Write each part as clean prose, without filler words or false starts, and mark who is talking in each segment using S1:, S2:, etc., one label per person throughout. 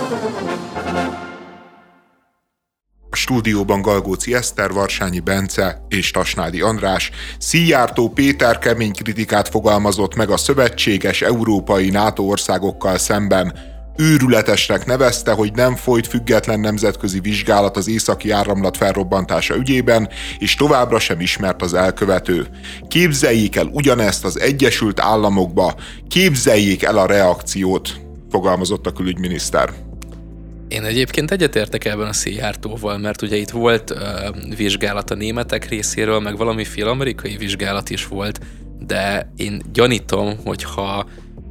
S1: A stúdióban Galgóci Eszter, Varsányi Bence és Tasnádi András. Szijjártó Péter kemény kritikát fogalmazott meg a szövetséges európai NATO országokkal szemben. Őrületesnek nevezte, hogy nem folyt független nemzetközi vizsgálat az északi áramlat felrobbantása ügyében, és továbbra sem ismert az elkövető. Képzeljék el ugyanezt az Egyesült Államokba, képzeljék el a reakciót, fogalmazott a külügyminiszter.
S2: Én egyébként egyetértek ebben a Szijjártóval, mert ugye itt volt vizsgálat a németek részéről, meg valamiféle amerikai vizsgálat is volt, de én gyanítom, hogyha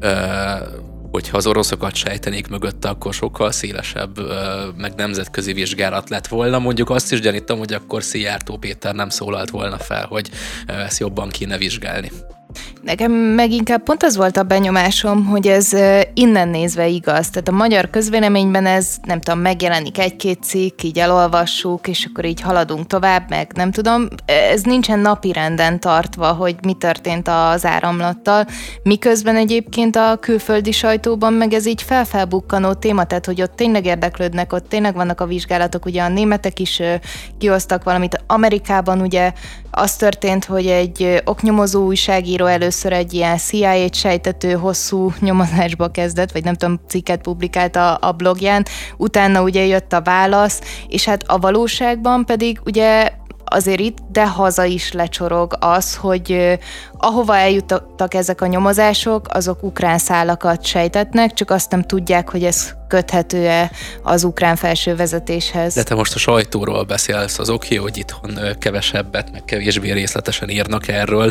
S2: az oroszokat sejtenék mögötte, akkor sokkal szélesebb, meg nemzetközi vizsgálat lett volna. Mondjuk azt is gyanítom, hogy akkor Szijjártó Péter nem szólalt volna fel, hogy ezt jobban kéne vizsgálni.
S3: Nekem meg inkább pont az volt a benyomásom, hogy ez innen nézve igaz. Tehát a magyar közvéleményben ez, nem tudom, megjelenik egy-két cikk, így elolvassuk, és akkor így haladunk tovább, meg nem tudom. Ez nincsen napirenden tartva, hogy mi történt az áramlattal, miközben egyébként a külföldi sajtóban meg ez így felbukkanó téma, tehát hogy ott tényleg érdeklődnek, ott tényleg vannak a vizsgálatok, ugye a németek is kihoztak valamit. Amerikában ugye az történt, hogy egy oknyomozó újságíró először egy ilyen CIA-t sejtető hosszú nyomozásba kezdett, vagy nem tudom, cikket publikált a blogján, utána ugye jött a válasz, és hát a valóságban pedig ugye azért itt, de haza is lecsorog az, hogy ahova eljutottak ezek a nyomozások, azok ukrán szálakat sejtetnek, csak azt nem tudják, hogy ez köthető-e az ukrán felső vezetéshez.
S2: De te most a sajtóról beszélsz, az oké, hogy itthon kevesebbet, meg kevésbé részletesen írnak erről,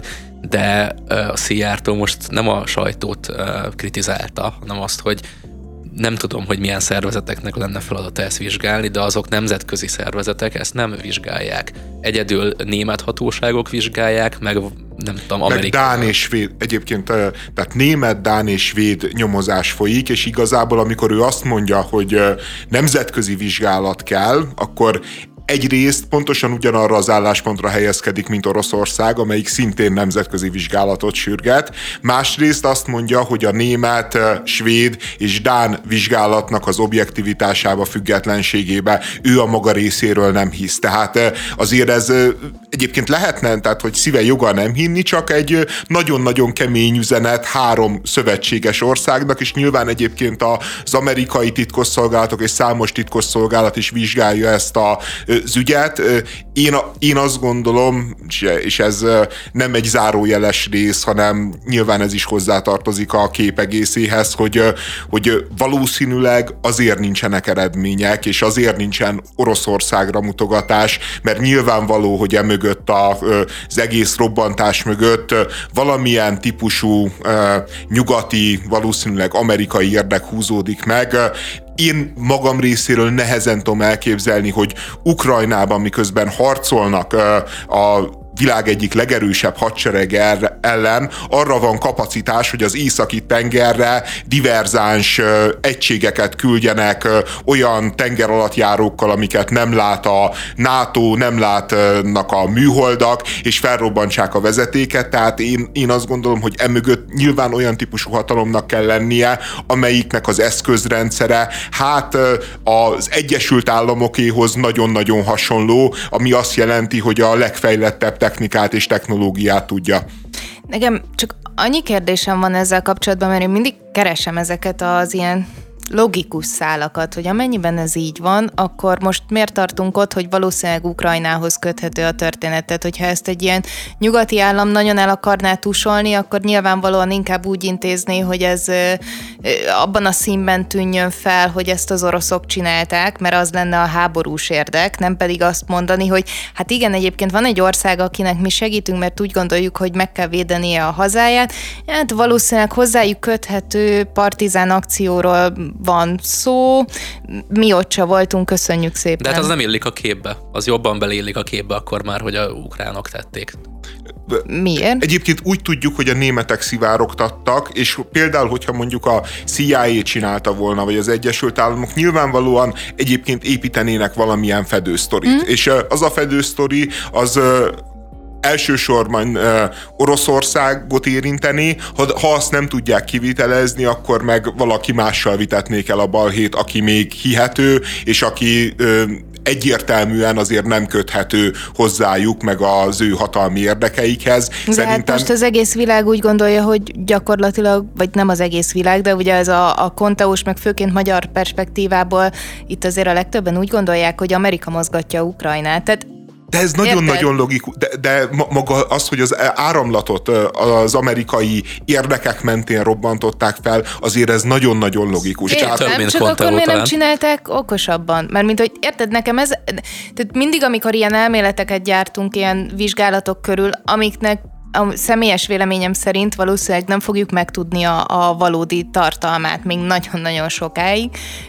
S2: de a Szijjártó most nem a sajtót kritizálta, hanem azt, hogy nem tudom, hogy milyen szervezeteknek lenne feladata ezt vizsgálni, de azok nemzetközi szervezetek ezt nem vizsgálják. Egyedül német hatóságok vizsgálják, meg nem tudom, amerikai.
S1: Meg dán és svéd, egyébként, tehát német, dán és svéd nyomozás folyik, és igazából amikor ő azt mondja, hogy nemzetközi vizsgálat kell, akkor egyrészt pontosan ugyanarra az álláspontra helyezkedik, mint Oroszország, amelyik szintén nemzetközi vizsgálatot sürget. Másrészt azt mondja, hogy a német, svéd és dán vizsgálatnak az objektivitásába, függetlenségébe ő a maga részéről nem hisz. Tehát azért ez egyébként lehetne, tehát hogy szíve joga nem hinni, csak egy nagyon-nagyon kemény üzenet 3 szövetséges országnak, és nyilván egyébként az amerikai titkosszolgálatok és számos titkosszolgálat is vizsgálja ezt az ügyet. Én azt gondolom, és ez nem egy zárójeles rész, hanem nyilván ez is hozzátartozik a kép egészéhez, hogy valószínűleg azért nincsenek eredmények, és azért nincsen Oroszországra mutogatás, mert nyilvánvaló, hogy emögött az egész robbantás mögött valamilyen típusú nyugati, valószínűleg amerikai érdek húzódik meg. Én magam részéről nehezen tudom elképzelni, hogy Ukrajnában miközben harcolnak a világ egyik legerősebb hadsereg ellen, arra van kapacitás, hogy az északi tengerre diverzáns egységeket küldjenek olyan tengeralattjárókkal, amiket nem lát a NATO, nem látnak a műholdak, és felrobbantsák a vezetéket. Tehát én azt gondolom, hogy emögött nyilván olyan típusú hatalomnak kell lennie, amelyiknek az eszközrendszere az Egyesült Államokéhoz nagyon-nagyon hasonló, ami azt jelenti, hogy a legfejlettebb technikát és technológiát tudja.
S3: Nekem csak annyi kérdésem van ezzel kapcsolatban, mert én mindig keresem ezeket az ilyen logikus szálakat, hogy amennyiben ez így van, akkor most miért tartunk ott, hogy valószínűleg Ukrajnához köthető a történet? Tehát, hogyha ezt egy ilyen nyugati állam nagyon el akarná tusolni, akkor nyilvánvalóan inkább úgy intézné, hogy ez abban a színben tűnjön fel, hogy ezt az oroszok csinálták, mert az lenne a háborús érdek, nem pedig azt mondani, hogy hát igen, egyébként van egy ország, akinek mi segítünk, mert úgy gondoljuk, hogy meg kell védenie a hazáját, hát valószínűleg hozzájuk köthető partizán akcióról van szó, mi ott se voltunk, köszönjük szépen.
S2: De hát az nem illik a képbe, az jobban beleillik a képbe akkor már, hogy a ukránok tették.
S3: Miért?
S1: Egyébként úgy tudjuk, hogy a németek szivárogtattak, és például, hogyha mondjuk a CIA csinálta volna, vagy az Egyesült Államok, nyilvánvalóan egyébként építenének valamilyen fedősztorit. És az a fedősztori, az elsősorban Oroszországot érinteni, ha azt nem tudják kivitelezni, akkor meg valaki mással vitetnék el a balhét, aki még hihető, és aki egyértelműen azért nem köthető hozzájuk, meg az ő hatalmi érdekeikhez.
S3: De hát most az egész világ úgy gondolja, hogy gyakorlatilag, vagy nem az egész világ, de ugye ez a konteós, meg főként magyar perspektívából itt azért a legtöbben úgy gondolják, hogy Amerika mozgatja Ukrajnát. Tehát
S1: de ez nagyon-nagyon logikus, de maga az, hogy az áramlatot az amerikai érdekek mentén robbantották fel, azért ez nagyon-nagyon logikus.
S3: Értem, csak akkor miért nem csinálták okosabban? Mert mint hogy érted, nekem ez, tehát mindig, amikor ilyen elméleteket gyártunk, ilyen vizsgálatok körül, amiknek a személyes véleményem szerint valószínűleg nem fogjuk megtudni a valódi tartalmát még nagyon-nagyon sokáig,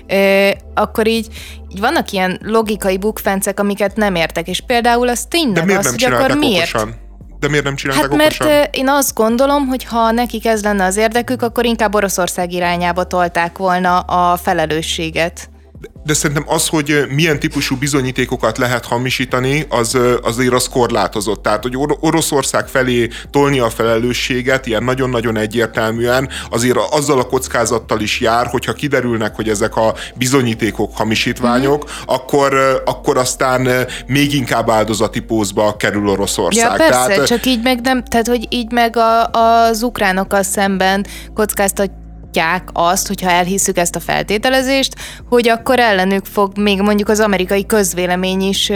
S3: akkor így vannak ilyen logikai bukfencek, amiket nem értek, és például az tényleg az, hogy akkor miért?
S1: Okosan? De miért nem csinálták
S3: okosan? Mert én azt gondolom, hogy ha nekik ez lenne az érdekük, akkor inkább Oroszország irányába tolták volna a felelősséget.
S1: De szerintem az, hogy milyen típusú bizonyítékokat lehet hamisítani, azért az korlátozott. Tehát, hogy Oroszország felé tolni a felelősséget ilyen nagyon-nagyon egyértelműen, azért azzal a kockázattal is jár, hogyha kiderülnek, hogy ezek a bizonyítékok hamisítványok, akkor aztán még inkább áldozati pózba kerül Oroszország.
S3: Ja, persze, tehát, csak így meg nem, tehát hogy így meg az ukránokkal szemben kockáztatják azt, hogyha elhisszük ezt a feltételezést, hogy akkor ellenük fog még mondjuk az amerikai közvélemény is...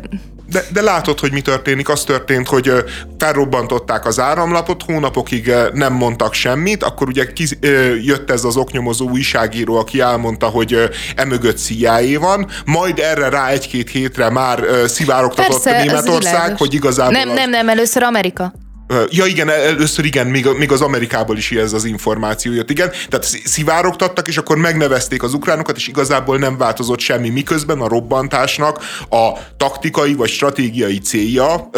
S1: De látod, hogy mi történik? Az történt, hogy felrobbantották az áramlapot, hónapokig nem mondtak semmit, akkor ugye jött ez az oknyomozó újságíró, aki elmondta, hogy emögött CIA van, majd erre rá 1-2 hétre már szivárogtatott Németország, hogy igazából...
S3: Nem, először Amerika.
S1: Ja igen, először igen, még az Amerikából is ez az információ jött, igen. Tehát szivárogtattak, és akkor megnevezték az ukránokat, és igazából nem változott semmi, miközben a robbantásnak a taktikai vagy stratégiai célja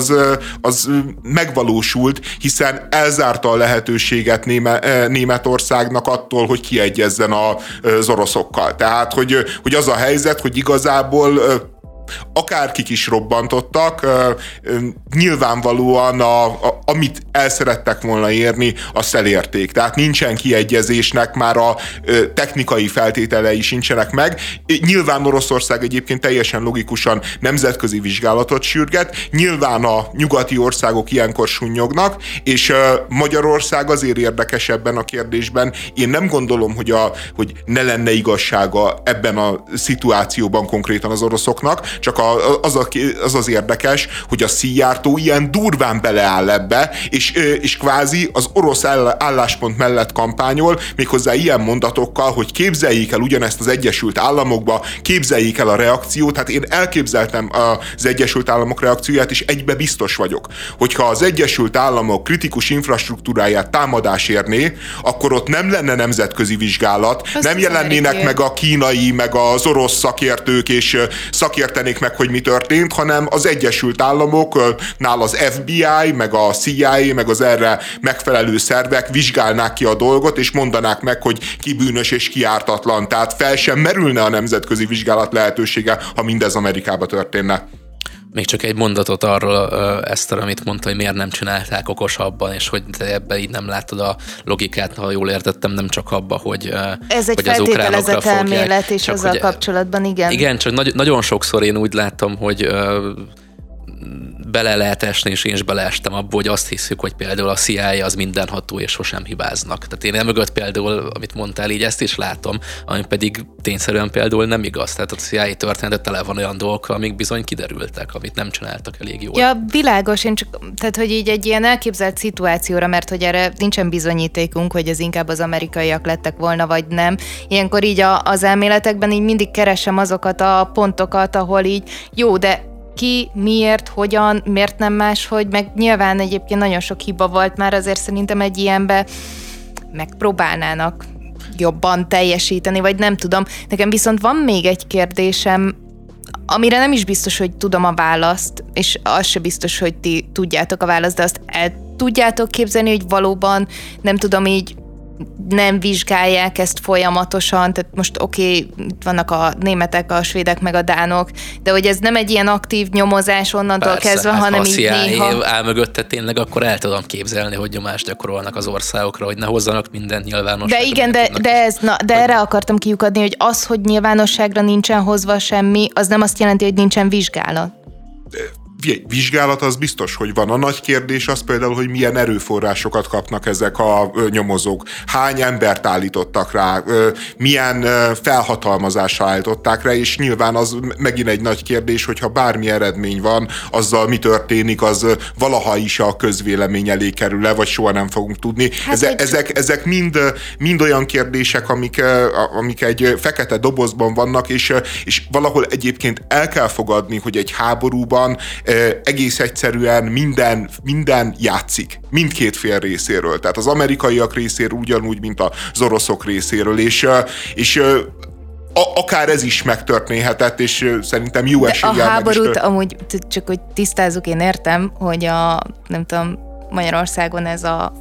S1: az megvalósult, hiszen elzárta a lehetőséget Németországnak attól, hogy kiegyezzen az oroszokkal. Tehát, hogy az a helyzet, hogy igazából akárkik is robbantottak, nyilvánvalóan amit el szerettek volna érni, azt elérték. Tehát nincsen kiegyezésnek, már a technikai feltételei sincsenek meg. Nyilván Oroszország egyébként teljesen logikusan nemzetközi vizsgálatot sürget, nyilván a nyugati országok ilyenkor sunnyognak, és Magyarország azért érdekes ebben a kérdésben. Én nem gondolom, hogy ne lenne igazsága ebben a szituációban konkrétan az oroszoknak, csak az érdekes, hogy a Szijjártó ilyen durván beleáll ebbe, és kvázi az orosz álláspont mellett kampányol, méghozzá ilyen mondatokkal, hogy képzeljék el ugyanezt az Egyesült Államokba, képzeljék el a reakciót. Hát én elképzeltem az Egyesült Államok reakcióját, és egybe biztos vagyok, hogyha az Egyesült Államok kritikus infrastruktúráját támadás érné, akkor ott nem lenne nemzetközi vizsgálat, nem jelennének meg a kínai, meg az orosz szakértők, és szakértenék meg, hogy mi történt, hanem az Egyesült Államoknál az FBI, meg a CIA, meg az erre megfelelő szervek vizsgálnák ki a dolgot, és mondanák meg, hogy ki bűnös és ki ártatlan. Tehát fel sem merülne a nemzetközi vizsgálat lehetősége, ha mindez Amerikába történne.
S2: Még csak egy mondatot arról, Eszter, amit mondta, hogy miért nem csinálták okosabban, és hogy te ebben így nem látod a logikát, ha jól értettem, nem csak abba, hogy
S3: ez egy feltételezett elmélet, és azzal kapcsolatban igen.
S2: Igen, csak nagyon sokszor én úgy láttam, hogy bele lehet esni, és én is beleestem abba, hogy azt hiszük, hogy például a CIA az mindenható, és sosem hibáznak. Tehát én emögött például, amit mondtál, így ezt is látom, ami pedig tényszerűen például nem igaz. Tehát a CIA története tele van olyan dolgokkal, amik bizony kiderültek, amit nem csináltak elég jól.
S3: Ja, világos, én csak, tehát hogy így egy ilyen elképzelt szituációra, mert hogy erre nincsen bizonyítékunk, hogy ez inkább az amerikaiak lettek volna, vagy nem. Ilyenkor így az elméletekben így mindig keresem azokat a pontokat, ahol így jó, de ki, miért, hogyan, miért nem máshogy, meg nyilván egyébként nagyon sok hiba volt már, azért szerintem egy ilyenbe megpróbálnának jobban teljesíteni, vagy nem tudom. Nekem viszont van még egy kérdésem, amire nem is biztos, hogy tudom a választ, és az se biztos, hogy ti tudjátok a választ, de azt el tudjátok képzelni, hogy valóban, nem tudom így, nem vizsgálják ezt folyamatosan, tehát most itt vannak a németek, a svédek, meg a dánok, de hogy ez nem egy ilyen aktív nyomozás onnantól kezdve, hanem így néha...
S2: Ha a CIA áll mögötte tényleg, akkor el tudom képzelni, hogy nyomást gyakorolnak az országokra, hogy ne hozzanak mindent nyilvánosságra.
S3: De igen, de erre akartam kiukadni, hogy az, hogy nyilvánosságra nincsen hozva semmi, az nem azt jelenti, hogy nincsen vizsgálat.
S1: Vizsgálat az biztos, hogy van. A nagy kérdés az például, hogy milyen erőforrásokat kapnak ezek a nyomozók. Hány embert állítottak rá, milyen felhatalmazással állították rá, és nyilván az megint egy nagy kérdés, hogyha bármi eredmény van, azzal mi történik, az valaha is a közvélemény elé kerül-e, vagy soha nem fogunk tudni. Hát ezek mind olyan kérdések, amik egy fekete dobozban vannak, és valahol egyébként el kell fogadni, hogy egy háborúban egész egyszerűen minden játszik. Mindkét fél részéről. Tehát az amerikaiak részéről ugyanúgy, mint az oroszok részéről. És akár ez is megtörténhetett, és szerintem jó eséllyel.
S3: De a háborút amúgy, csak hogy tisztázzuk, én értem, hogy nem tudom, Magyarországon ez a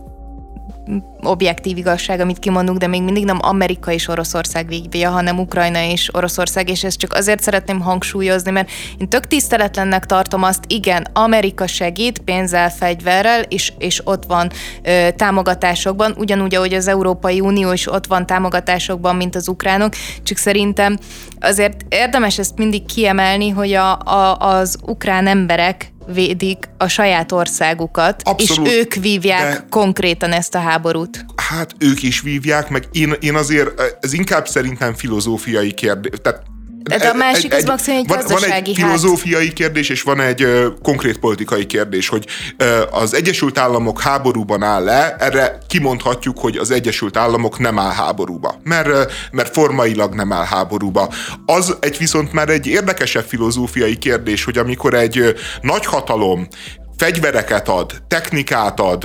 S3: objektív igazság, amit kimondunk, de még mindig nem Amerika és Oroszország vívja, hanem Ukrajna és Oroszország, és ezt csak azért szeretném hangsúlyozni, mert én tök tiszteletlennek tartom azt, igen, Amerika segít pénzzel, fegyverrel, és ott van támogatásokban, ugyanúgy, ahogy az Európai Unió is ott van támogatásokban, mint az ukránok, csak szerintem azért érdemes ezt mindig kiemelni, hogy az ukrán emberek védik a saját országukat, abszolút, és ők vívják konkrétan ezt a háborút.
S1: Hát ők is vívják, meg én azért, ez inkább szerintem filozófiai kérdés.
S3: De a másik az maximum egy gazdasági
S1: van egy filozófiai kérdés, és van egy konkrét politikai kérdés, hogy az Egyesült Államok háborúban áll-e, erre kimondhatjuk, hogy az Egyesült Államok nem áll háborúba, mert formailag nem áll háborúba. Az viszont már egy érdekesebb filozófiai kérdés, hogy amikor egy nagyhatalom fegyvereket ad, technikát ad,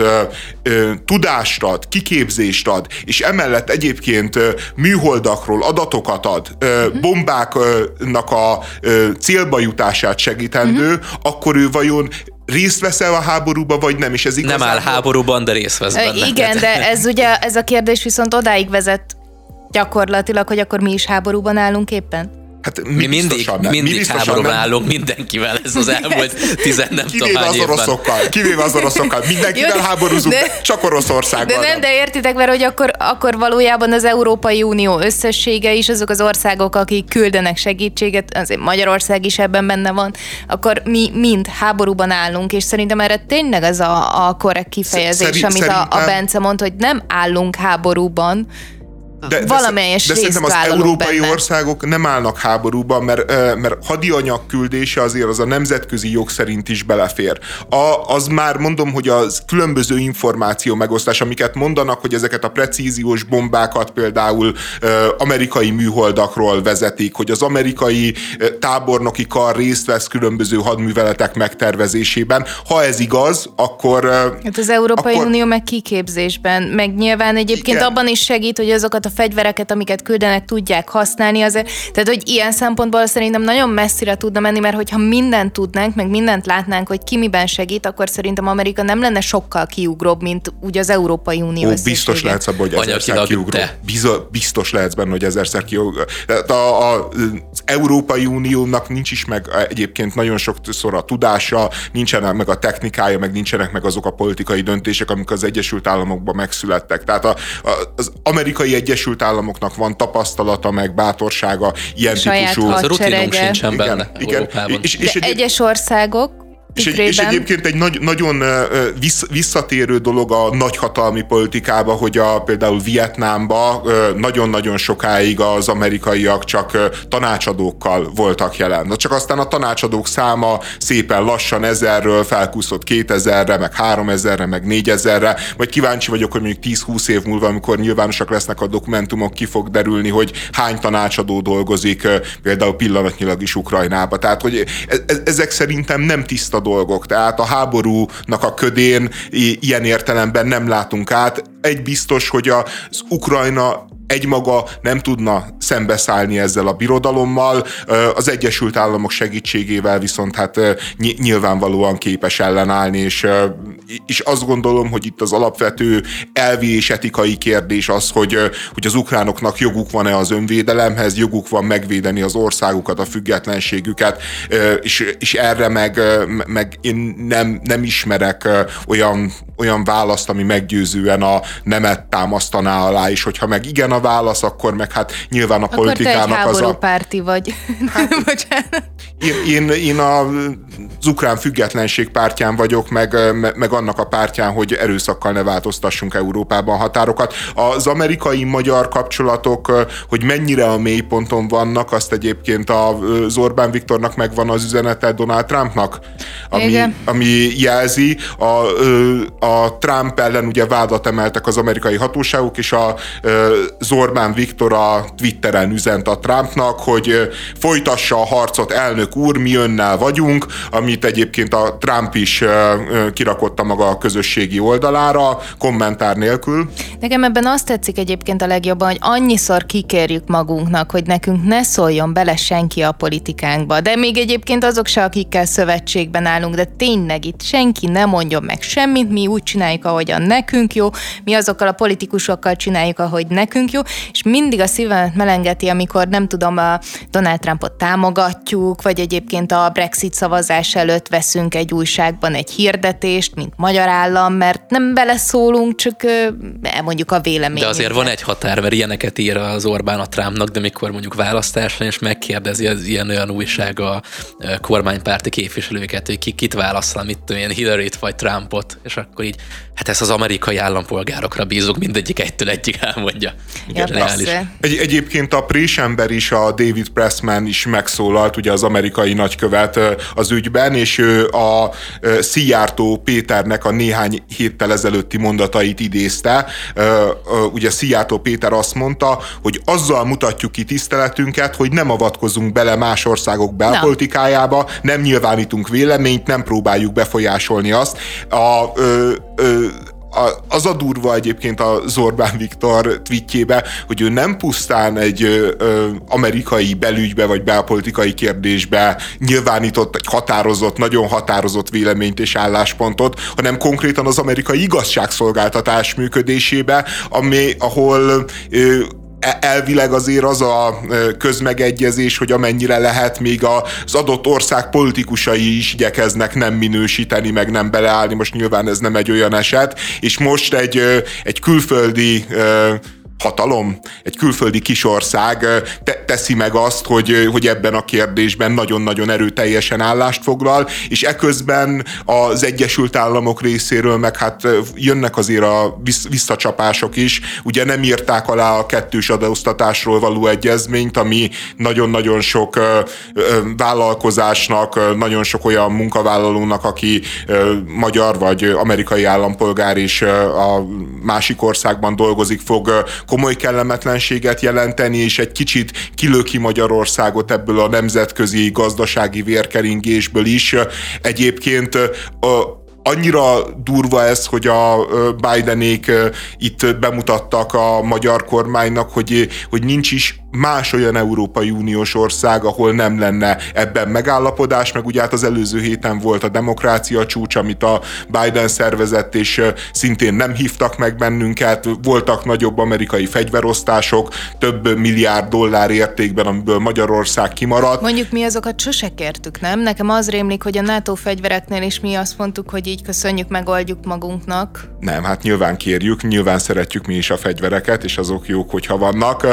S1: tudást ad, kiképzést ad, és emellett egyébként műholdakról adatokat ad, bombáknak a célba jutását segítendő, akkor ő vajon részt veszel a háborúba, vagy nem? És ez igazából...
S2: Nem áll háborúban, de részt vesz benne.
S3: Igen, de ez a kérdés viszont odáig vezet gyakorlatilag, hogy akkor mi is háborúban állunk éppen?
S2: Hát mi mindig háborúban állunk mindenkivel, ez az elmúlt 10 nem tudom hány évben.
S1: Kivéve az oroszokkal. Mindenkivel háborúzunk, csak Oroszországban.
S3: De nem, de értitek, mert hogy akkor valójában az Európai Unió összessége is, azok az országok, akik küldenek segítséget, azért Magyarország is ebben benne van, akkor mi mind háborúban állunk, és szerintem erre tényleg az a korrekt kifejezés, amit a Bence mondta, hogy nem állunk háborúban, valamelyes részt
S1: szerintem az európai országok nem állnak háborúban, mert hadianyag küldése azért az a nemzetközi jog szerint is belefér. Az már mondom, hogy az különböző információ megosztás, amiket mondanak, hogy ezeket a precíziós bombákat például amerikai műholdakról vezetik, hogy az amerikai tábornoki kar részt vesz különböző hadműveletek megtervezésében. Ha ez igaz, akkor...
S3: Hát az Európai Unió meg kiképzésben, meg nyilván egyébként abban is segít, hogy azokat a fegyvereket, amiket küldenek, tudják használni azért. Tehát, hogy ilyen szempontból szerintem nagyon messzire tudna menni, mert hogyha mindent tudnánk, meg mindent látnánk, hogy ki miben segít, akkor szerintem Amerika nem lenne sokkal kiugróbb, mint úgy az Európai Unió összessége.
S1: Biztos lehetsz abban, hogy ezerszer kiugró. Biztos lehetsz benne, hogy ezerszer kiugró. Az Európai Uniónak nincs is meg egyébként nagyon sokszor a tudása, nincsenek meg a technikája, meg nincsenek meg azok a politikai döntések, amik az Egyesült Államokban megszülettek. Tehát az amerikai Egyesült Államoknak van tapasztalata, meg bátorsága ilyen típusú.
S2: Az a rutinunk sincsen benne Európában.
S3: De egyes országok
S1: és egyébként egy nagyon visszatérő dolog a nagyhatalmi politikába, hogy például Vietnámba nagyon-nagyon sokáig az amerikaiak csak tanácsadókkal voltak jelen. Csak aztán a tanácsadók száma szépen lassan 1000-ről felkúszott 2000-re, meg 3000-re, meg 4000-re, vagy kíváncsi vagyok, hogy mondjuk 10-20 év múlva, amikor nyilvánosak lesznek a dokumentumok, ki fog derülni, hogy hány tanácsadó dolgozik például pillanatnyilag is Ukrajnába. Tehát, hogy ezek szerintem nem tiszta dolgok. Tehát a háborúnak a ködén ilyen értelemben nem látunk át. Egy biztos, hogy az Ukrajna egymaga nem tudna szembeszállni ezzel a birodalommal, az Egyesült Államok segítségével viszont hát nyilvánvalóan képes ellenállni, és azt gondolom, hogy itt az alapvető elvi és etikai kérdés az, hogy az ukránoknak joguk van-e az önvédelemhez, joguk van megvédeni az országukat, a függetlenségüket, és erre meg én nem ismerek olyan választ, ami meggyőzően a nemet támasztaná alá, és hogyha meg igen a válasz, akkor meg hát nyilván a politikának
S3: az a... Akkor te egy háborúpárti vagy.
S1: Hát, én az ukrán függetlenség pártján vagyok, meg annak a pártján, hogy erőszakkal ne változtassunk Európában határokat. Az amerikai-magyar kapcsolatok, hogy mennyire a mélyponton vannak, azt egyébként az Orbán Viktornak megvan az üzenete Donald Trumpnak, ami jelzi. A Trump ellen ugye vádat emeltek az amerikai hatóságok, és az Orbán Viktor a Twitteren üzent a Trumpnak, hogy folytassa a harcot, elnök úr, mi önnel vagyunk, amit egyébként a Trump is kirakotta maga a közösségi oldalára, kommentár nélkül.
S3: Nekem ebben azt tetszik egyébként a legjobban, hogy annyiszor kikérjük magunknak, hogy nekünk ne szóljon bele senki a politikánkba, de még egyébként azok se, akikkel szövetségben állunk, de tényleg itt senki nem mondjon meg semmit, mi úgy csináljuk, ahogyan nekünk jó, mi azokkal a politikusokkal csináljuk, ahogy nekünk jó, és mindig a szívemet melengeti, amikor nem tudom, a Donald Trumpot támogatjuk, vagy egyébként a Brexit szavazás előtt veszünk egy újságban egy hirdetést, mint magyar állam, mert nem beleszólunk, csak elmondjuk a véleményünket.
S2: De azért van egy határ, mert ilyeneket ír az Orbán a Trumpnak, de mikor mondjuk választás van, és megkérdezi az ilyen-olyan újság a kormánypárti képviselőket, hogy kit válaszol, mit tudom én, Hillaryt vagy Trumpot, és akkor így, hát ezt az amerikai állampolgárokra bízunk, mindegyik egytől egyig elmondja.
S3: Ja,
S1: Egyébként a présember is, a David Pressman is megszólalt, ugye az amerikai nagykövet az ügyben, és ő a Szijjártó Péternek a néhány héttel ezelőtti mondatait idézte. Ugye Szijjártó Péter azt mondta, hogy azzal mutatjuk ki tiszteletünket, hogy nem avatkozunk bele más országok belpolitikájába, nem nyilvánítunk véleményt, nem próbáljuk befolyásolni azt. Az a durva egyébként az Orbán Viktor tweetjébe, hogy ő nem pusztán egy amerikai belügybe vagy belpolitikai kérdésbe nyilvánított egy határozott, nagyon határozott véleményt és álláspontot, hanem konkrétan az amerikai igazságszolgáltatás működésébe, ahol elvileg azért az a közmegegyezés, hogy amennyire lehet, még az adott ország politikusai is igyekeznek nem minősíteni, meg nem beleállni. Most nyilván ez nem egy olyan eset, és most egy külföldi hatalom, egy külföldi kisország teszi meg azt, hogy ebben a kérdésben nagyon-nagyon erőteljesen állást foglal, és eközben az Egyesült Államok részéről meg hát jönnek azért a visszacsapások is. Ugye nem írták alá a kettős adóztatásról való egyezményt, ami nagyon-nagyon sok vállalkozásnak, nagyon sok olyan munkavállalónak, aki magyar vagy amerikai állampolgár és a másik országban dolgozik, fog komoly kellemetlenséget jelenteni, és egy kicsit kilöki Magyarországot ebből a nemzetközi gazdasági vérkeringésből is. Egyébként annyira durva ez, hogy a Bidenék itt bemutattak a magyar kormánynak, hogy nincs is más olyan Európai Uniós ország, ahol nem lenne ebben megállapodás, meg ugye hát az előző héten volt a demokrácia csúcs, amit a Biden szervezett, és szintén nem hívtak meg bennünket, voltak nagyobb amerikai fegyverosztások, több milliárd dollár értékben, amiből Magyarország kimaradt.
S3: Mondjuk mi azokat sose kértük, nem? Nekem az rémlik, hogy a NATO fegyvereknél is mi azt mondtuk, hogy így köszönjük, megoldjuk magunknak.
S1: Nem, hát nyilván kérjük, nyilván szeretjük mi is a fegyvereket, és azok jók, hogyha vannak.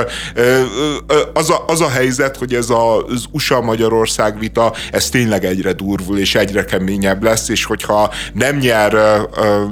S1: Az a helyzet, hogy ez az USA-Magyarország vita, ez tényleg egyre durvul, és egyre keményebb lesz, és hogyha nem nyer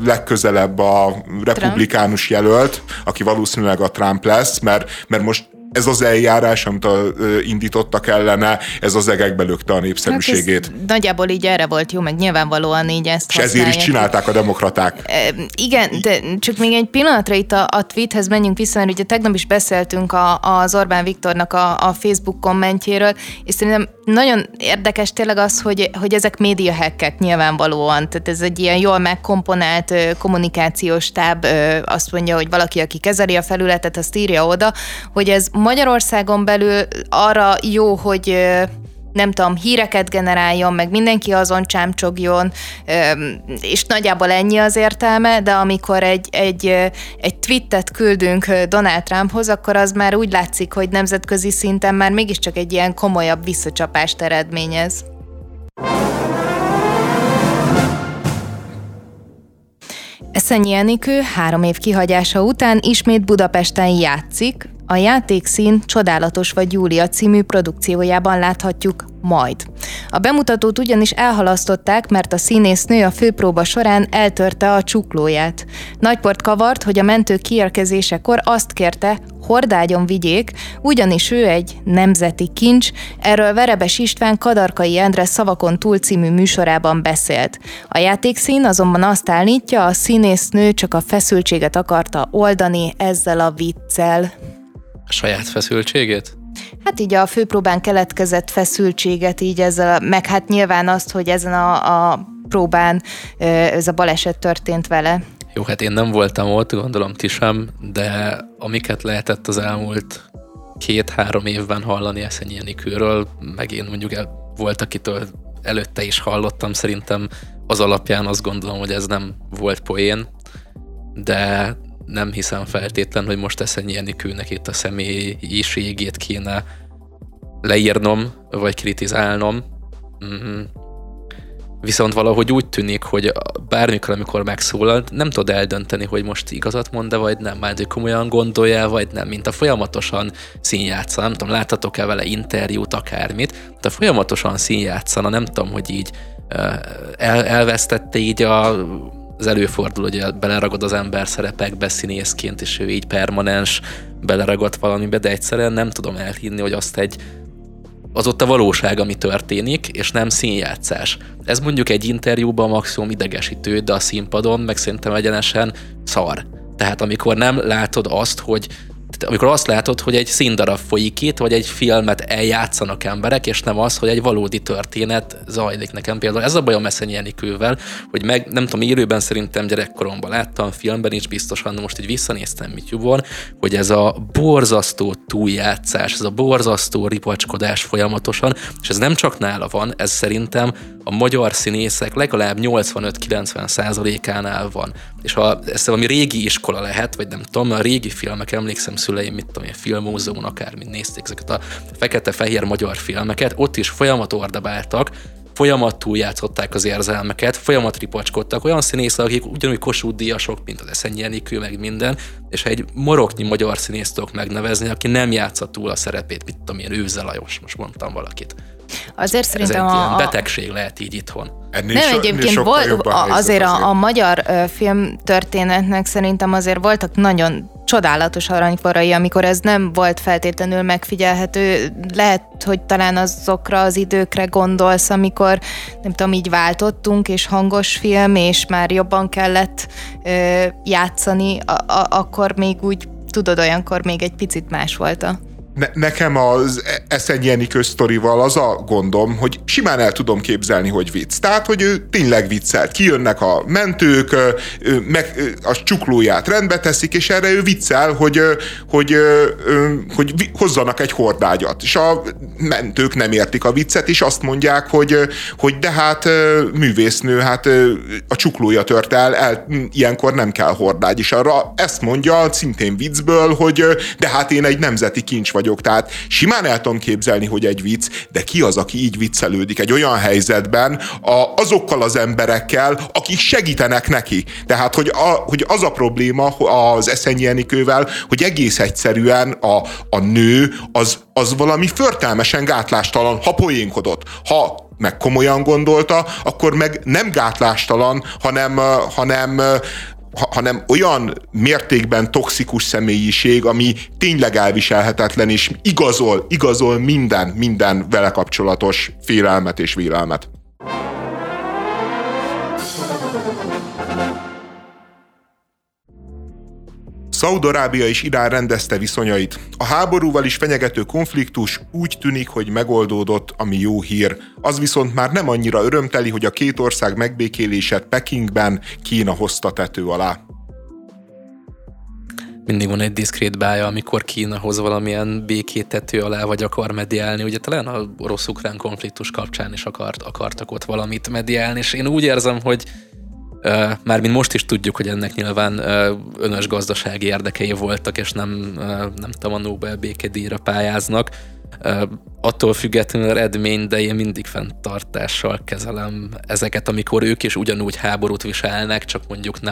S1: legközelebb a republikánus jelölt, aki valószínűleg a Trump lesz, mert most ez az eljárás, amit indítottak ellene, ez az egekbe lökte a népszerűségét.
S3: Hát nagyjából így erre volt jó, meg nyilvánvalóan így ezt használják.
S1: És ezért is csinálták a demokraták.
S3: Igen, de csak még egy pillanatra itt a tweethez menjünk vissza, mert ugye tegnap is beszéltünk az Orbán Viktornak a Facebook kommentjéről, és szerintem nagyon érdekes tényleg az, hogy ezek médiahackek nyilvánvalóan, tehát ez egy ilyen jól megkomponált kommunikációs táb, azt mondja, hogy valaki, aki kezeli a felületet, azt írja oda, hogy ez Magyarországon belül arra jó, hogy nem tudom, híreket generáljon, meg mindenki azon csámcsogjon, és nagyjából ennyi az értelme, de amikor egy tweetet küldünk Donald Trumphoz, akkor az már úgy látszik, hogy nemzetközi szinten már mégiscsak egy ilyen komolyabb visszacsapást eredményez. Eszenyi Enikő 3 év kihagyása után ismét Budapesten játszik, a Játékszín Csodálatos vagy Júlia című produkciójában láthatjuk majd. A bemutatót ugyanis elhalasztották, mert a színésznő a főpróba során eltörte a csuklóját. Nagyport kavart, hogy a mentők kiérkezésekor azt kérte, hordágyon vigyék, ugyanis ő egy nemzeti kincs, erről Verebes István Kadarkai Endre Szavakon túl című műsorában beszélt. A Játékszín azonban azt állítja, a színésznő csak a feszültséget akarta oldani ezzel a viccel.
S2: A saját feszültségét?
S3: Hát így a főpróbán keletkezett feszültséget így ezzel, meg hát nyilván azt, hogy ezen a próbán ez a baleset történt vele.
S2: Jó, hát én nem voltam ott, gondolom ti sem, de amiket lehetett az elmúlt 2-3 évben hallani Eszenyi Enikőről, meg én mondjuk volt, akitől előtte is hallottam, szerintem az alapján azt gondolom, hogy ez nem volt poén, de nem hiszem feltétlen, hogy most Eszenyi Enikőnek itt a személyiségét kéne leírnom, vagy kritizálnom. Viszont valahogy úgy tűnik, hogy bármikor, amikor megszólalt, nem tud eldönteni, hogy most igazat mond-e, vagy nem, már hogy komolyan gondolja, vagy nem, mint a folyamatosan színjátszana, nem tudom, láttatok-e vele interjút, akármit, de folyamatosan színjátszana, nem tudom, hogy így elvesztette így az előfordul, hogy beleragad az ember szerepekbe színészként, és ő így permanens beleragadt valamibe, de egyszerűen nem tudom elhinni, hogy az ott a valóság, ami történik, és nem színjátszás. Ez mondjuk egy interjúban maximum idegesítő, de a színpadon meg szerintem egyenesen szar. Tehát amikor nem látod azt, amikor azt látod, hogy egy színdarab folyik itt, vagy egy filmet eljátszanak emberek, és nem az, hogy egy valódi történet zajlik. Nekem például ez a bajom Eszenyi Enikővel, hogy nem tudom, élőben szerintem gyerekkoromban láttam, filmben is biztosan, de most így visszanéztem YouTube-on, hogy ez a borzasztó túljátszás, ez a borzasztó ripacskodás folyamatosan, és ez nem csak nála van, ez szerintem a magyar színészek legalább 85-90%-ánál van. És ez valami régi iskola lehet, vagy nem tudom, a régi filmek, emlékszem szüleim, mit tudom én, Filmmúzeumon akármint nézték ezeket a fekete-fehér magyar filmeket, ott is folyamat ordabáltak, folyamat túljátszották az érzelmeket, folyamat ripacskodtak, olyan színészek, akik ugyanúgy Kossuth-díjasok, mint az Eszenyi Enikő, meg minden, és egy maroknyi magyar színészt tudok megnevezni, aki nem játsza túl a szerepét, mit tudom én, Őze Lajos, most mondtam valakit.
S3: Azért szerintem
S2: ez egy ilyen betegség lehet így itthon.
S3: Nem, egyébként azért a magyar filmtörténetnek szerintem azért voltak nagyon csodálatos aranykorai, amikor ez nem volt feltétlenül megfigyelhető. Lehet, hogy talán azokra az időkre gondolsz, amikor nem tudom, így váltottunk, és hangos film, és már jobban kellett játszani, akkor még úgy, tudod, olyankor még egy picit más volt
S1: Nekem az Eszenyi Enikő sztorival az a gondom, hogy simán el tudom képzelni, hogy vicc. Tehát, hogy ő tényleg viccelt. Kijönnek a mentők, meg a csuklóját rendbe teszik, és erre ő viccel, hogy hozzanak egy hordágyat. És a mentők nem értik a viccet, és azt mondják, hogy de hát művésznő, hát a csuklója tört el, ilyenkor nem kell hordágy. És arra ezt mondja szintén viccből, hogy de hát én egy nemzeti kincs vagyok. Tehát simán el tudom képzelni, hogy egy vicc, de ki az, aki így viccelődik egy olyan helyzetben azokkal az emberekkel, akik segítenek neki. Tehát, hogy az a probléma az Eszenyi Enikővel, hogy egész egyszerűen a nő az valami förtelmesen gátlástalan, ha poénkodott. Ha meg komolyan gondolta, akkor meg nem gátlástalan, hanem hanem olyan mértékben toxikus személyiség, ami tényleg elviselhetetlen, és igazol minden vele kapcsolatos félelmet és vélelmet. Szaúd-Arábia és Irán rendezte viszonyait. A háborúval is fenyegető konfliktus úgy tűnik, hogy megoldódott, ami jó hír. Az viszont már nem annyira örömteli, hogy a két ország megbékélését Pekingben Kína hozta tető alá.
S2: Mindig van egy diszkrét bája, amikor Kína hoz valamilyen békét tető alá, vagy akar mediálni. Ugye talán a orosz-ukrán konfliktus kapcsán is akartak ott valamit mediálni, és én úgy érzem, hogy mármint most is tudjuk, hogy ennek nyilván önös gazdasági érdekei voltak, és nem tudom, a Nobel békedíjra pályáznak. Attól függetlenül eredmény, de én mindig fenntartással kezelem ezeket, amikor ők is ugyanúgy háborút viselnek, csak mondjuk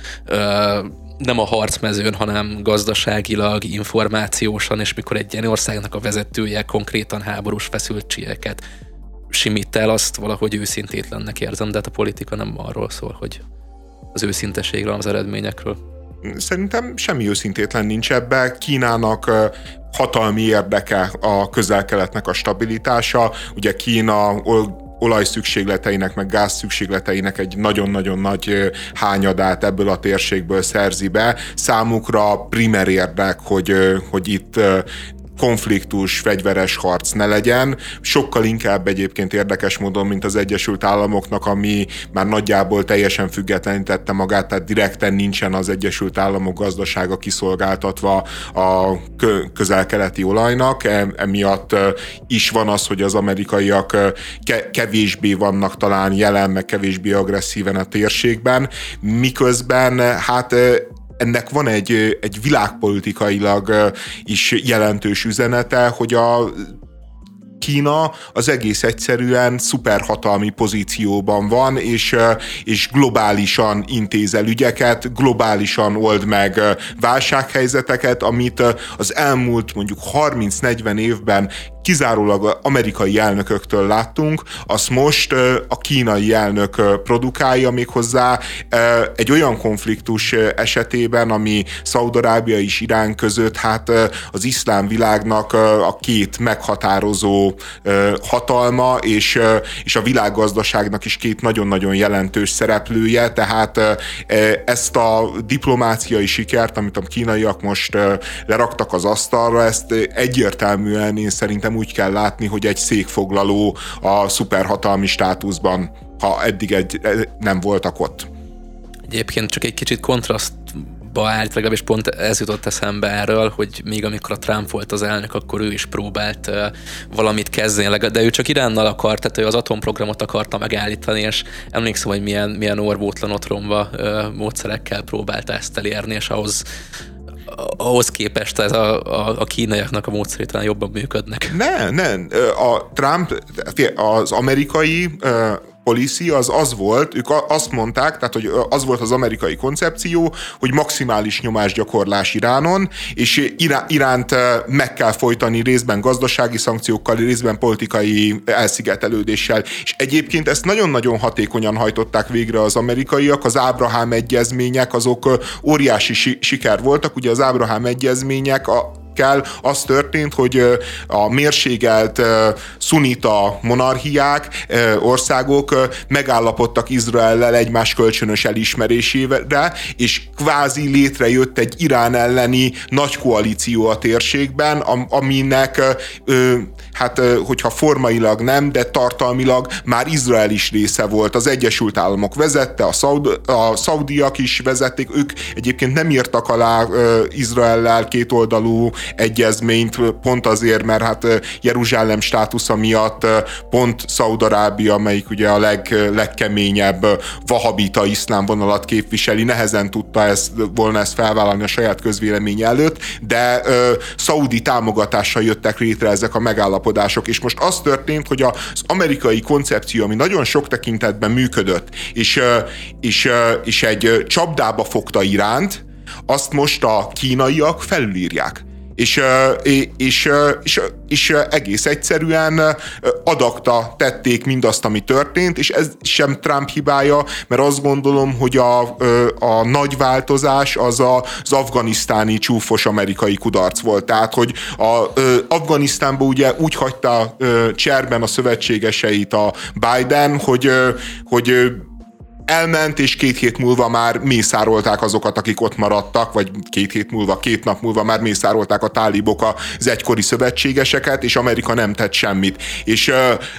S2: nem a harcmezőn, hanem gazdaságilag, információsan, és mikor egy ilyen országnak a vezetője konkrétan háborús feszültségeket simít el, azt valahogy őszintétlennek érzem, de hát a politika nem arról szól, hogy az őszinteségről, az eredményekről.
S1: Szerintem semmi őszintétlen nincs ebben. Kínának hatalmi érdeke a Közel-Keletnek a stabilitása. Ugye Kína olajszükségleteinek, meg gázszükségleteinek egy nagyon-nagyon nagy hányadát ebből a térségből szerzi be. Számukra primer érdek, hogy itt konfliktus, fegyveres harc ne legyen. Sokkal inkább egyébként érdekes módon, mint az Egyesült Államoknak, ami már nagyjából teljesen függetlenítette magát, tehát direkten nincsen az Egyesült Államok gazdasága kiszolgáltatva a közel-keleti olajnak. Emiatt is van az, hogy az amerikaiak kevésbé vannak talán jelen, meg kevésbé agresszíven a térségben, miközben hát ennek van egy világpolitikailag is jelentős üzenete, hogy a Kína az egész egyszerűen szuperhatalmi pozícióban van, és globálisan intéz el ügyeket, globálisan old meg válsághelyzeteket, amit az elmúlt mondjuk 30-40 évben kizárólag amerikai elnököktől láttunk, azt most a kínai elnök produkálja, méghozzá egy olyan konfliktus esetében, ami Szaúd-Arábia és Irán között, hát az iszlám világnak a két meghatározó hatalma, és a világgazdaságnak is két nagyon-nagyon jelentős szereplője, tehát ezt a diplomáciai sikert, amit a kínaiak most leraktak az asztalra, ezt egyértelműen én szerintem úgy kell látni, hogy egy székfoglaló a szuperhatalmi státuszban, ha eddig nem voltak ott.
S2: Egyébként csak egy kicsit kontrasztba állt, legalábbis pont ez jutott eszembe erről, hogy még amikor a Trump volt az elnök, akkor ő is próbált valamit kezdeni, de ő csak Iránnal akart, tehát ő az atomprogramot akarta megállítani, és emlékszem, hogy milyen orvótlan otromba módszerekkel próbálta ezt elérni, és ahhoz képest ez a kínaiaknak a módszerei talán jobban működnek.
S1: Nem. A Trump, az amerikai policy az volt, ők azt mondták, tehát hogy az volt az amerikai koncepció, hogy maximális nyomásgyakorlás Iránon, és Iránt meg kell folytani részben gazdasági szankciókkal, részben politikai elszigetelődéssel. És egyébként ezt nagyon-nagyon hatékonyan hajtották végre az amerikaiak, az Ábrahám egyezmények, azok óriási siker voltak, ugye az Ábrahám egyezmények az történt, hogy a mérségelt szunita monarchiák, országok megállapodtak Izraellel egymás kölcsönös elismerésére, és kvázi létrejött egy Irán elleni nagy koalíció a térségben, aminek hát hogyha formailag nem, de tartalmilag már Izrael is része volt. Az Egyesült Államok vezette, a szaudiak is vezették, ők egyébként nem írtak alá Izraellel kétoldalú egyezményt, pont azért, mert hát Jeruzsálem státusza miatt pont Szaúd-Arábia, amelyik ugye a legkeményebb vahabita iszlám vonalat képviseli, nehezen tudta volna ezt felvállalni a saját közvélemény előtt, de szaudi támogatással jöttek létre ezek a megállapodások, és most az történt, hogy az amerikai koncepció, ami nagyon sok tekintetben működött, és egy csapdába fogta Iránt, azt most a kínaiak felülírják. és egész egyszerűen adakta tették mindazt, ami történt, és ez sem Trump hibája, mert azt gondolom, hogy a nagy változás az afganisztáni csúfos amerikai kudarc volt. Tehát, hogy Afganisztánban ugye úgy hagyta cserben a szövetségeseit a Biden, hogy elment, és 2 hét múlva már mészárolták azokat, akik ott maradtak, vagy 2 hét múlva, 2 nap múlva már mészárolták a tálibok az egykori szövetségeseket, és Amerika nem tett semmit. És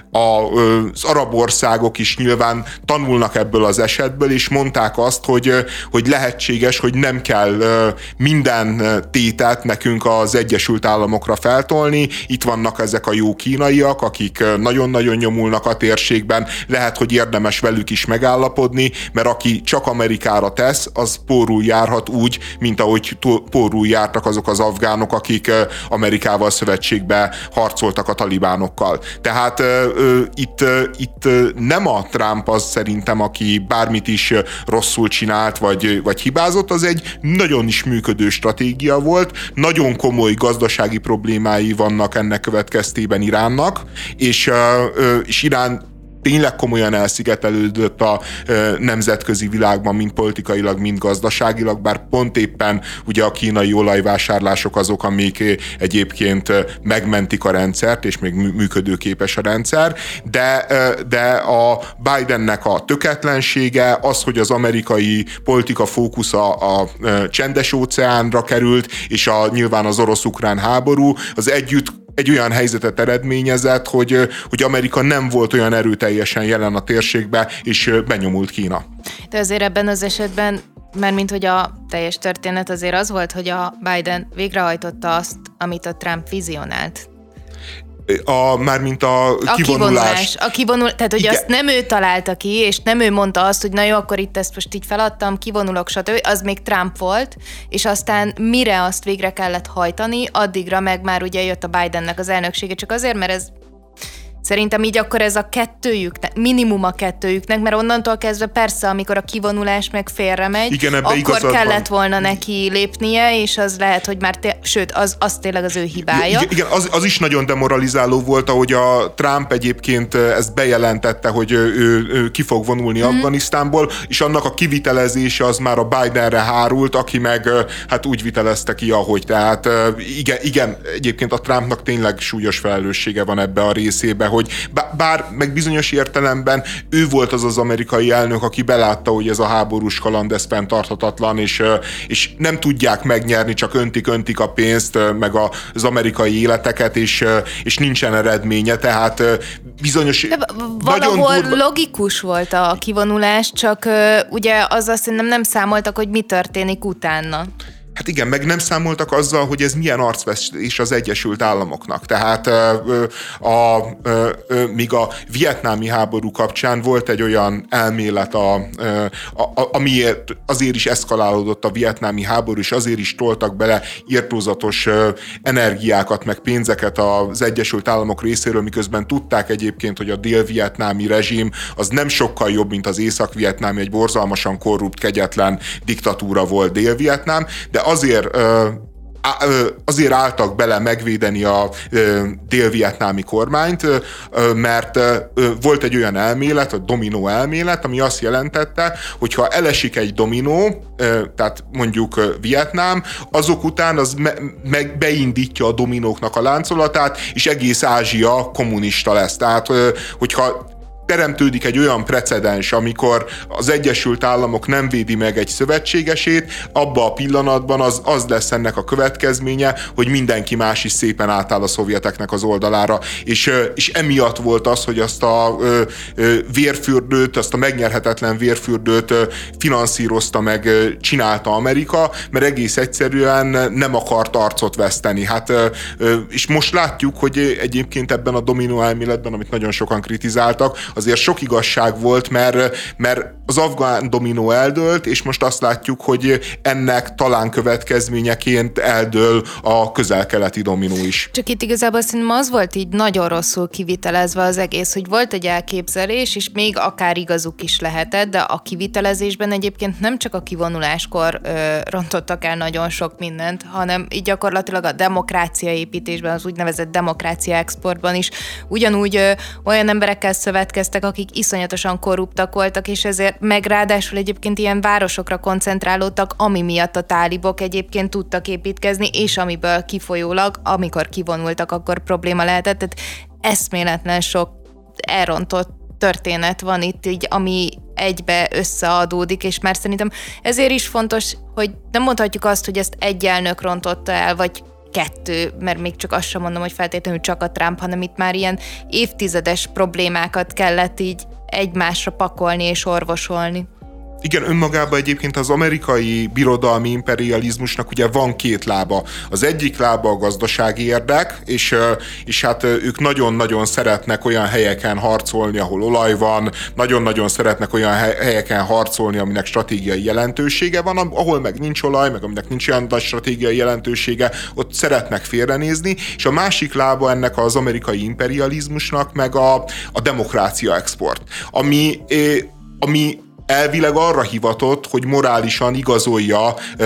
S1: az arab országok is nyilván tanulnak ebből az esetből, és mondták azt, hogy lehetséges, hogy nem kell minden tétet nekünk az Egyesült Államokra feltolni. Itt vannak ezek a jó kínaiak, akik nagyon-nagyon nyomulnak a térségben, lehet, hogy érdemes velük is megállapodni, mert aki csak Amerikára tesz, az pórul járhat úgy, mint ahogy pórul jártak azok az afgánok, akik Amerikával szövetségbe harcoltak a talibánokkal. Tehát itt nem a Trump az szerintem, aki bármit is rosszul csinált, vagy hibázott, az egy nagyon is működő stratégia volt, nagyon komoly gazdasági problémái vannak ennek következtében Iránnak, és Irán tényleg komolyan elszigetelődött a nemzetközi világban, mind politikailag, mind gazdaságilag, bár pont éppen ugye a kínai olajvásárlások azok, amik egyébként megmentik a rendszert, és még működőképes a rendszer, de a Bidennek a tökéletlensége, az, hogy az amerikai politika fókusza a Csendes-óceánra került, és nyilván az orosz-ukrán háború, az együtt egy olyan helyzetet eredményezett, hogy Amerika nem volt olyan erőteljesen jelen a térségbe, és benyomult Kína.
S3: De azért ebben az esetben, mármint hogy a teljes történet azért az volt, hogy a Biden végrehajtotta azt, amit a Trump vizionált.
S1: Mármint a kivonulás.
S3: Tehát, hogy igen. Azt nem ő találta ki, és nem ő mondta azt, hogy na jó, akkor itt ezt most így feladtam, kivonulok, stb. Az még Trump volt, és aztán mire azt végre kellett hajtani, addigra meg már ugye jött a Bidennek az elnöksége, csak azért, mert ez szerintem így akkor ez a kettőjüknek, minimum a kettőjüknek, mert onnantól kezdve persze, amikor a kivonulás meg félre megy, igen, akkor kellett volna neki lépnie, és az lehet, hogy már sőt, az tényleg az ő hibája.
S1: Igen, az is nagyon demoralizáló volt, ahogy a Trump egyébként ezt bejelentette, hogy ő ki fog vonulni Afganisztánból, és annak a kivitelezése az már a Bidenre hárult, aki meg hát úgy vitelezte ki, ahogy. Tehát igen, egyébként a Trumpnak tényleg súlyos felelőssége van ebbe a részébe, hogy bár meg bizonyos értelemben ő volt az amerikai elnök, aki belátta, hogy ez a háborús kaland ez fenntarthatatlan, és nem tudják megnyerni, csak öntik a pénzt, meg az amerikai életeket, és nincsen eredménye, tehát bizonyos...
S3: Valahol logikus volt a kivonulás, csak ugye azzal szerintem nem számoltak, hogy mi történik utána.
S1: Hát igen, meg nem számoltak azzal, hogy ez milyen arcvesztés az Egyesült Államoknak. Tehát míg a vietnámi háború kapcsán volt egy olyan elmélet, amiért azért is eszkalálódott a vietnámi háború, és azért is toltak bele irtózatos energiákat, meg pénzeket az Egyesült Államok részéről, miközben tudták egyébként, hogy a dél-vietnámi rezsim az nem sokkal jobb, mint az észak-vietnámi, egy borzalmasan korrupt, kegyetlen diktatúra volt Dél-Vietnám, de azért álltak bele megvédeni a dél-vietnámi kormányt, mert volt egy olyan elmélet, a dominó elmélet, ami azt jelentette, hogy ha elesik egy dominó, tehát mondjuk Vietnám, azok után az beindítja a dominóknak a láncolatát, és egész Ázsia kommunista lesz. Tehát, hogyha teremtődik egy olyan precedens, amikor az Egyesült Államok nem védi meg egy szövetségesét, abban a pillanatban az lesz ennek a következménye, hogy mindenki más is szépen átáll a szovjeteknek az oldalára. És emiatt volt az, hogy azt a vérfürdőt, azt a megnyerhetetlen vérfürdőt finanszírozta meg, csinálta Amerika, mert egész egyszerűen nem akart arcot veszteni. Hát, és most látjuk, hogy egyébként ebben a dominó elméletben, amit nagyon sokan kritizáltak, azért sok igazság volt, mert az afgán dominó eldőlt, és most azt látjuk, hogy ennek talán következményeként eldől a közel-keleti dominó is.
S3: Csak itt igazából szerintem az volt így nagyon rosszul kivitelezve az egész, hogy volt egy elképzelés, és még akár igazuk is lehetett, de a kivitelezésben egyébként nem csak a kivonuláskor rontottak el nagyon sok mindent, hanem így gyakorlatilag a demokrácia építésben, az úgynevezett demokrácia exportban is ugyanúgy olyan emberekkel szövetkeztek, akik iszonyatosan korruptak voltak, és ezért meg ráadásul egyébként ilyen városokra koncentrálódtak, ami miatt a tálibok egyébként tudtak építkezni, és amiből kifolyólag, amikor kivonultak, akkor probléma lehetett. Tehát eszméletlen sok elrontott történet van itt, így, ami egybe összeadódik, és már szerintem ezért is fontos, hogy nem mondhatjuk azt, hogy ezt egy elnök rontotta el, vagy kettő, mert még csak azt sem mondom, hogy feltétlenül csak a Trump, hanem itt már ilyen évtizedes problémákat kellett így egymásra pakolni és orvosolni.
S1: Igen, önmagában egyébként az amerikai birodalmi imperializmusnak ugye van két lába. Az egyik lába a gazdasági érdek, és hát ők nagyon-nagyon szeretnek olyan helyeken harcolni, ahol olaj van, nagyon-nagyon szeretnek olyan helyeken harcolni, aminek stratégiai jelentősége van, ahol meg nincs olaj, meg aminek nincs olyan nagy stratégiai jelentősége, ott szeretnek félrenézni, és a másik lába ennek az amerikai imperializmusnak meg a demokrácia export, ami elvileg arra hivatott, hogy morálisan igazolja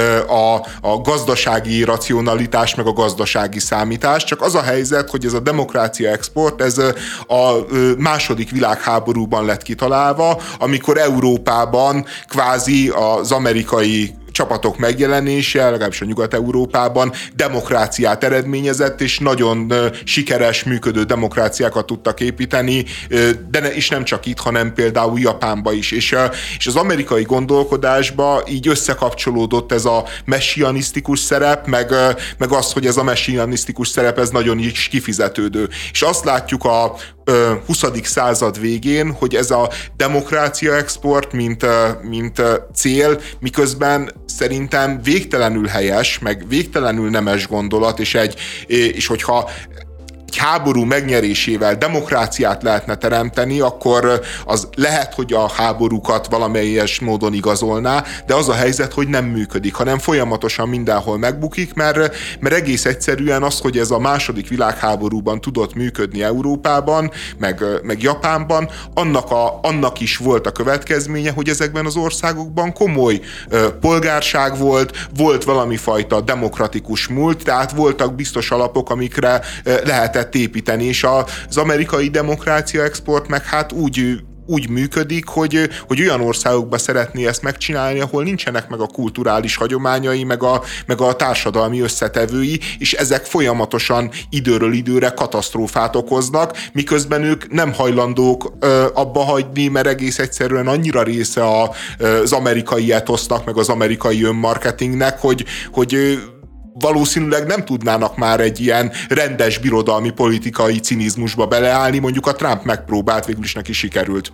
S1: a gazdasági racionalitást, meg a gazdasági számítást, csak az a helyzet, hogy ez a demokrácia export, ez a második világháborúban lett kitalálva, amikor Európában kvázi az amerikai csapatok megjelenése, legalábbis a Nyugat-Európában demokráciát eredményezett, és nagyon sikeres, működő demokráciákat tudtak építeni, de is nem csak itt, hanem például Japánban is. És az amerikai gondolkodásba így összekapcsolódott ez a messianisztikus szerep, meg az, hogy ez a messianisztikus szerep, ez nagyon is kifizetődő. És azt látjuk a 20. század végén, hogy ez a demokrácia export, mint cél, miközben szerintem végtelenül helyes, meg végtelenül nemes gondolat, és hogyha egy háború megnyerésével demokráciát lehetne teremteni, akkor az lehet, hogy a háborúkat valamelyes módon igazolná, de az a helyzet, hogy nem működik, hanem folyamatosan mindenhol megbukik, mert egész egyszerűen az, hogy ez a második világháborúban tudott működni Európában, meg Japánban, annak is volt a következménye, hogy ezekben az országokban komoly polgárság volt valami fajta demokratikus múlt, tehát voltak biztos alapok, amikre lehetett építeni, és az amerikai demokrácia export meg hát úgy működik, hogy olyan országokba szeretné ezt megcsinálni, ahol nincsenek meg a kulturális hagyományai, meg a társadalmi összetevői, és ezek folyamatosan időről időre katasztrófát okoznak, miközben ők nem hajlandók abba hagyni, mert egész egyszerűen annyira része az amerikai etosznak, meg az amerikai önmarketingnek, hogy valószínűleg nem tudnának már egy ilyen rendes birodalmi politikai cinizmusba beleállni, mondjuk a Trump megpróbált, végül is neki sikerült.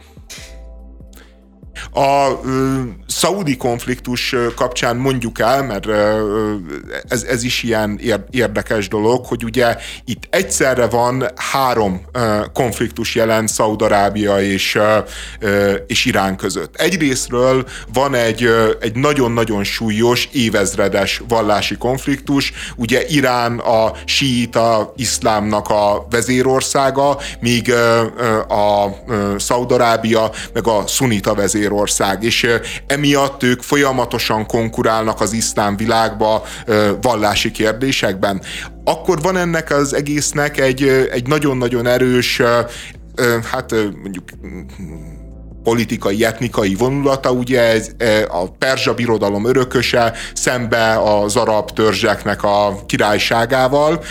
S1: A szaudi konfliktus kapcsán mondjuk el, mert ez is ilyen érdekes dolog, hogy ugye itt egyszerre van 3 konfliktus jelen Szaúd-Arábia és Irán között. Egyrésztről van egy nagyon-nagyon súlyos, évezredes vallási konfliktus, ugye Irán a síita iszlámnak a vezérországa, míg a Szaúd-Arábia meg a szunita vezérország, és emiatt ők folyamatosan konkurálnak az iszlám világba vallási kérdésekben. Akkor van ennek az egésznek egy nagyon-nagyon erős, hát mondjuk politikai, etnikai vonulata, ugye ez a perzsa birodalom örököse szembe az arab törzseknek a királyságával,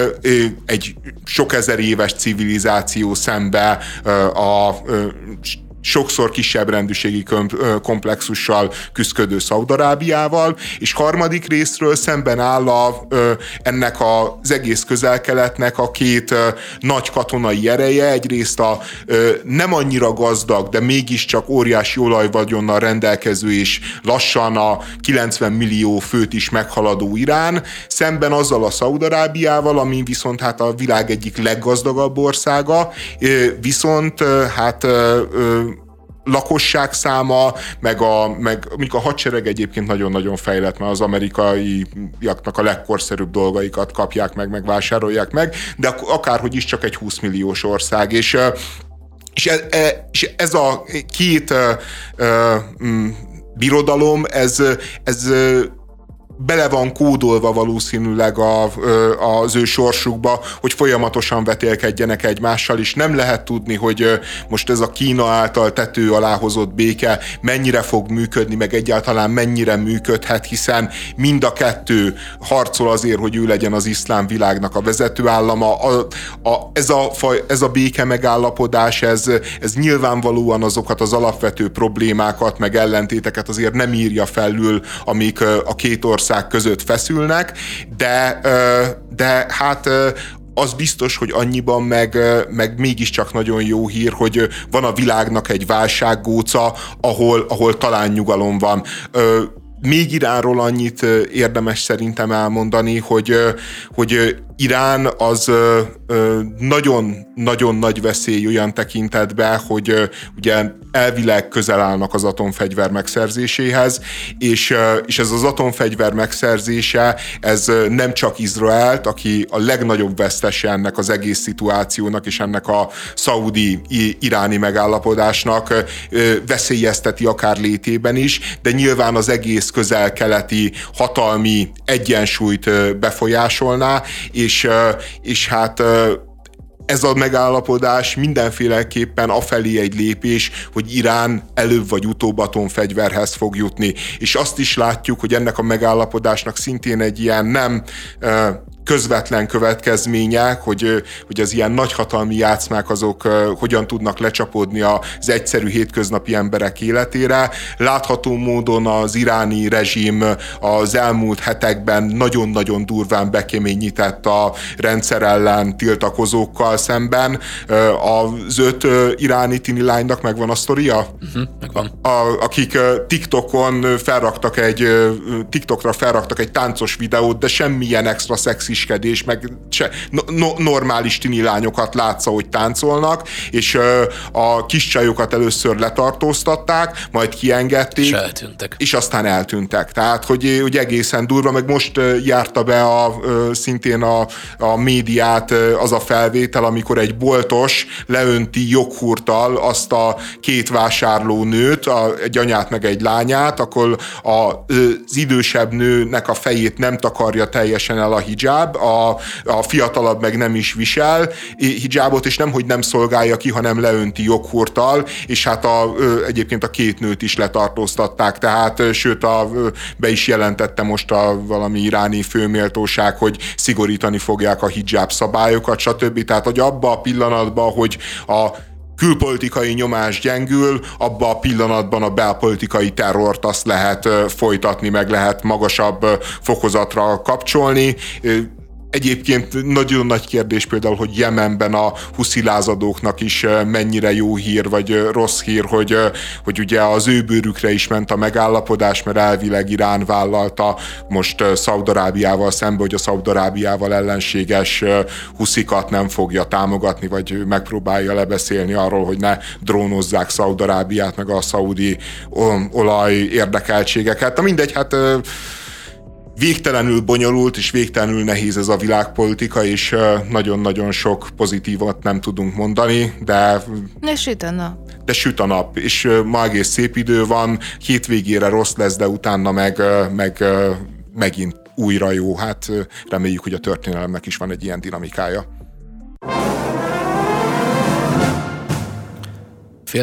S1: egy sok ezer éves civilizáció szembe a sokszor kisebb rendűségi komplexussal küszködő Szaúd-Arábiával, és harmadik részről szemben áll ennek az egész Közel-Keletnek a két nagy katonai ereje, egyrészt a nem annyira gazdag, de mégiscsak óriási olajvagyonnal rendelkező és lassan a 90 millió főt is meghaladó Irán, szemben azzal a Szaúd-Arábiával, ami viszont hát a világ egyik leggazdagabb országa, viszont hát lakosság száma, meg mondjuk a hadsereg egyébként nagyon-nagyon fejlett, mert az amerikaiaknak a legkorszerűbb dolgaikat kapják meg vásárolják meg, de akárhogy is csak egy 20 milliós ország, és ez a két birodalom, ez bele van kódolva valószínűleg az ő sorsukba, hogy folyamatosan vetélkedjenek egymással, és nem lehet tudni, hogy most ez a Kína által tető alá hozott béke mennyire fog működni, meg egyáltalán mennyire működhet, hiszen mind a kettő harcol azért, hogy ő legyen az iszlám világnak a vezetőállama. Ez a béke megállapodás, ez nyilvánvalóan azokat az alapvető problémákat, meg ellentéteket azért nem írja felül, amik a két ország között feszülnek, de hát az biztos, hogy annyiban meg mégiscsak nagyon jó hír, hogy van a világnak egy válsággóca, ahol talán nyugalom van. Még Iránról annyit érdemes szerintem elmondani, hogy Irán az nagyon-nagyon nagy veszély olyan tekintetben, hogy ugye elvileg közel állnak az atomfegyver megszerzéséhez, és ez az atomfegyver megszerzése, ez nem csak Izraelt, aki a legnagyobb vesztese ennek az egész szituációnak, és ennek a szaudi-iráni megállapodásnak veszélyezteti akár létében is, de nyilván az egész közel-keleti hatalmi egyensúlyt befolyásolná, és hát ez a megállapodás mindenféleképpen afelé egy lépés, hogy Irán előbb vagy utóbb atomfegyverhez fog jutni. És azt is látjuk, hogy ennek a megállapodásnak szintén egy ilyen nem közvetlen következménye, hogy az ilyen nagyhatalmi játszmák azok hogyan tudnak lecsapódni az egyszerű hétköznapi emberek életére. Látható módon az iráni rezsim az elmúlt hetekben nagyon-nagyon durván bekeményített a rendszer ellen tiltakozókkal szemben. Az 5 iráni tini lánynak megvan a sztoria?
S2: Megvan.
S1: Akik TikTokra felraktak egy táncos videót, de semmilyen extra szexiskedés, meg normális tini lányokat látsz, hogy táncolnak, és a kis csajokat először letartóztatták, majd kiengedték,
S2: és eltűntek.
S1: És aztán eltűntek. Tehát, hogy egészen durva, meg most járta be szintén a médiát az a felvétel, amikor egy boltos leönti joghurttal azt a 2 vásárlónőt, egy anyát meg egy lányát, akkor az idősebb nőnek a fejét nem takarja teljesen el a hijab, a fiatalabb meg nem is visel hijabot, és nemhogy nem szolgálja ki, hanem leönti joghurttal, és hát egyébként a 2 nőt is letartóztatták, tehát sőt be is jelentette most valami iráni főméltóság, hogy szigorítani fogják a hijab szabályokat, stb. Tehát, hogy abba a pillanatban, hogy a külpolitikai nyomás gyengül, abban a pillanatban a belpolitikai terrort azt lehet folytatni, meg lehet magasabb fokozatra kapcsolni. Egyébként nagyon nagy kérdés például, hogy Jemenben a huszi lázadóknak is mennyire jó hír, vagy rossz hír, hogy ugye az ő bőrükre is ment a megállapodás, mert elvileg Irán vállalta most Szaúd-Arábiával szembe, hogy a Szaúd-Arábiával ellenséges huszikat nem fogja támogatni, vagy megpróbálja lebeszélni arról, hogy ne drónozzák Szaúd-Arábiát, meg a szaudi olaj érdekeltségeket. Na mindegy, hát végtelenül bonyolult és végtelenül nehéz ez a világpolitika, és nagyon-nagyon sok pozitívat nem tudunk mondani, de
S3: süt a nap.
S1: De süt a nap, és ma egész szép idő van, hétvégére rossz lesz, de utána meg megint újra jó. Hát reméljük, hogy a történelemnek is van egy ilyen dinamikája.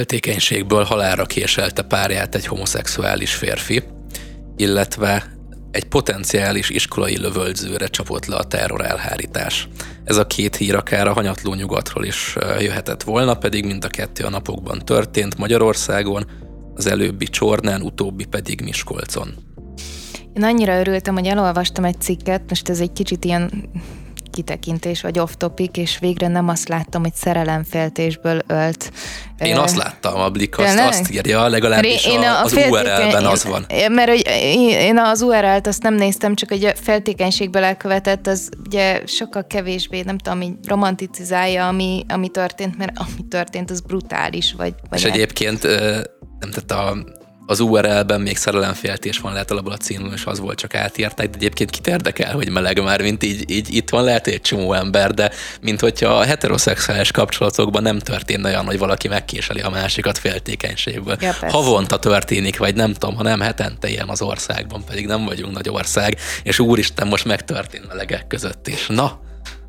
S2: Féltékenységből halálra késelte párját egy homoszexuális férfi, illetve egy potenciális iskolai lövöldözőre csapott le a terror elhárítás. Ez a két hír akár a hanyatló nyugatról is jöhetett volna, pedig mind a kettő a napokban történt Magyarországon, az előbbi Csornán, utóbbi pedig Miskolcon.
S3: Én annyira örültem, hogy elolvastam egy cikket, most ez egy kicsit ilyen kitekintés vagy off-topic, és végre nem azt láttam, hogy szerelemféltésből ölt.
S2: Én azt láttam, a Blik azt írja, legalábbis az URL-ben az van.
S3: Mert én az URL-t azt nem néztem, csak hogy a feltékenységből elkövetett, az ugye sokkal kevésbé, nem tudom, így romanticizálja, ami történt, mert ami történt, az brutális. Vagy
S2: és egyébként nem tett az URL-ben még szerelemféltés van, lehet alapból a címben, és az volt, csak átírták, de egyébként kit érdekel, hogy meleg már, mint így itt van, lehet egy csomó ember, de mint hogyha a heteroszexuális kapcsolatokban nem történne olyan, hogy valaki megkéseli a másikat féltékenységből. Ja, havonta történik, vagy nem tudom, ha nem hetente ilyen az országban, pedig nem vagyunk nagy ország, és úristen, most megtörtént melegek között is. Na!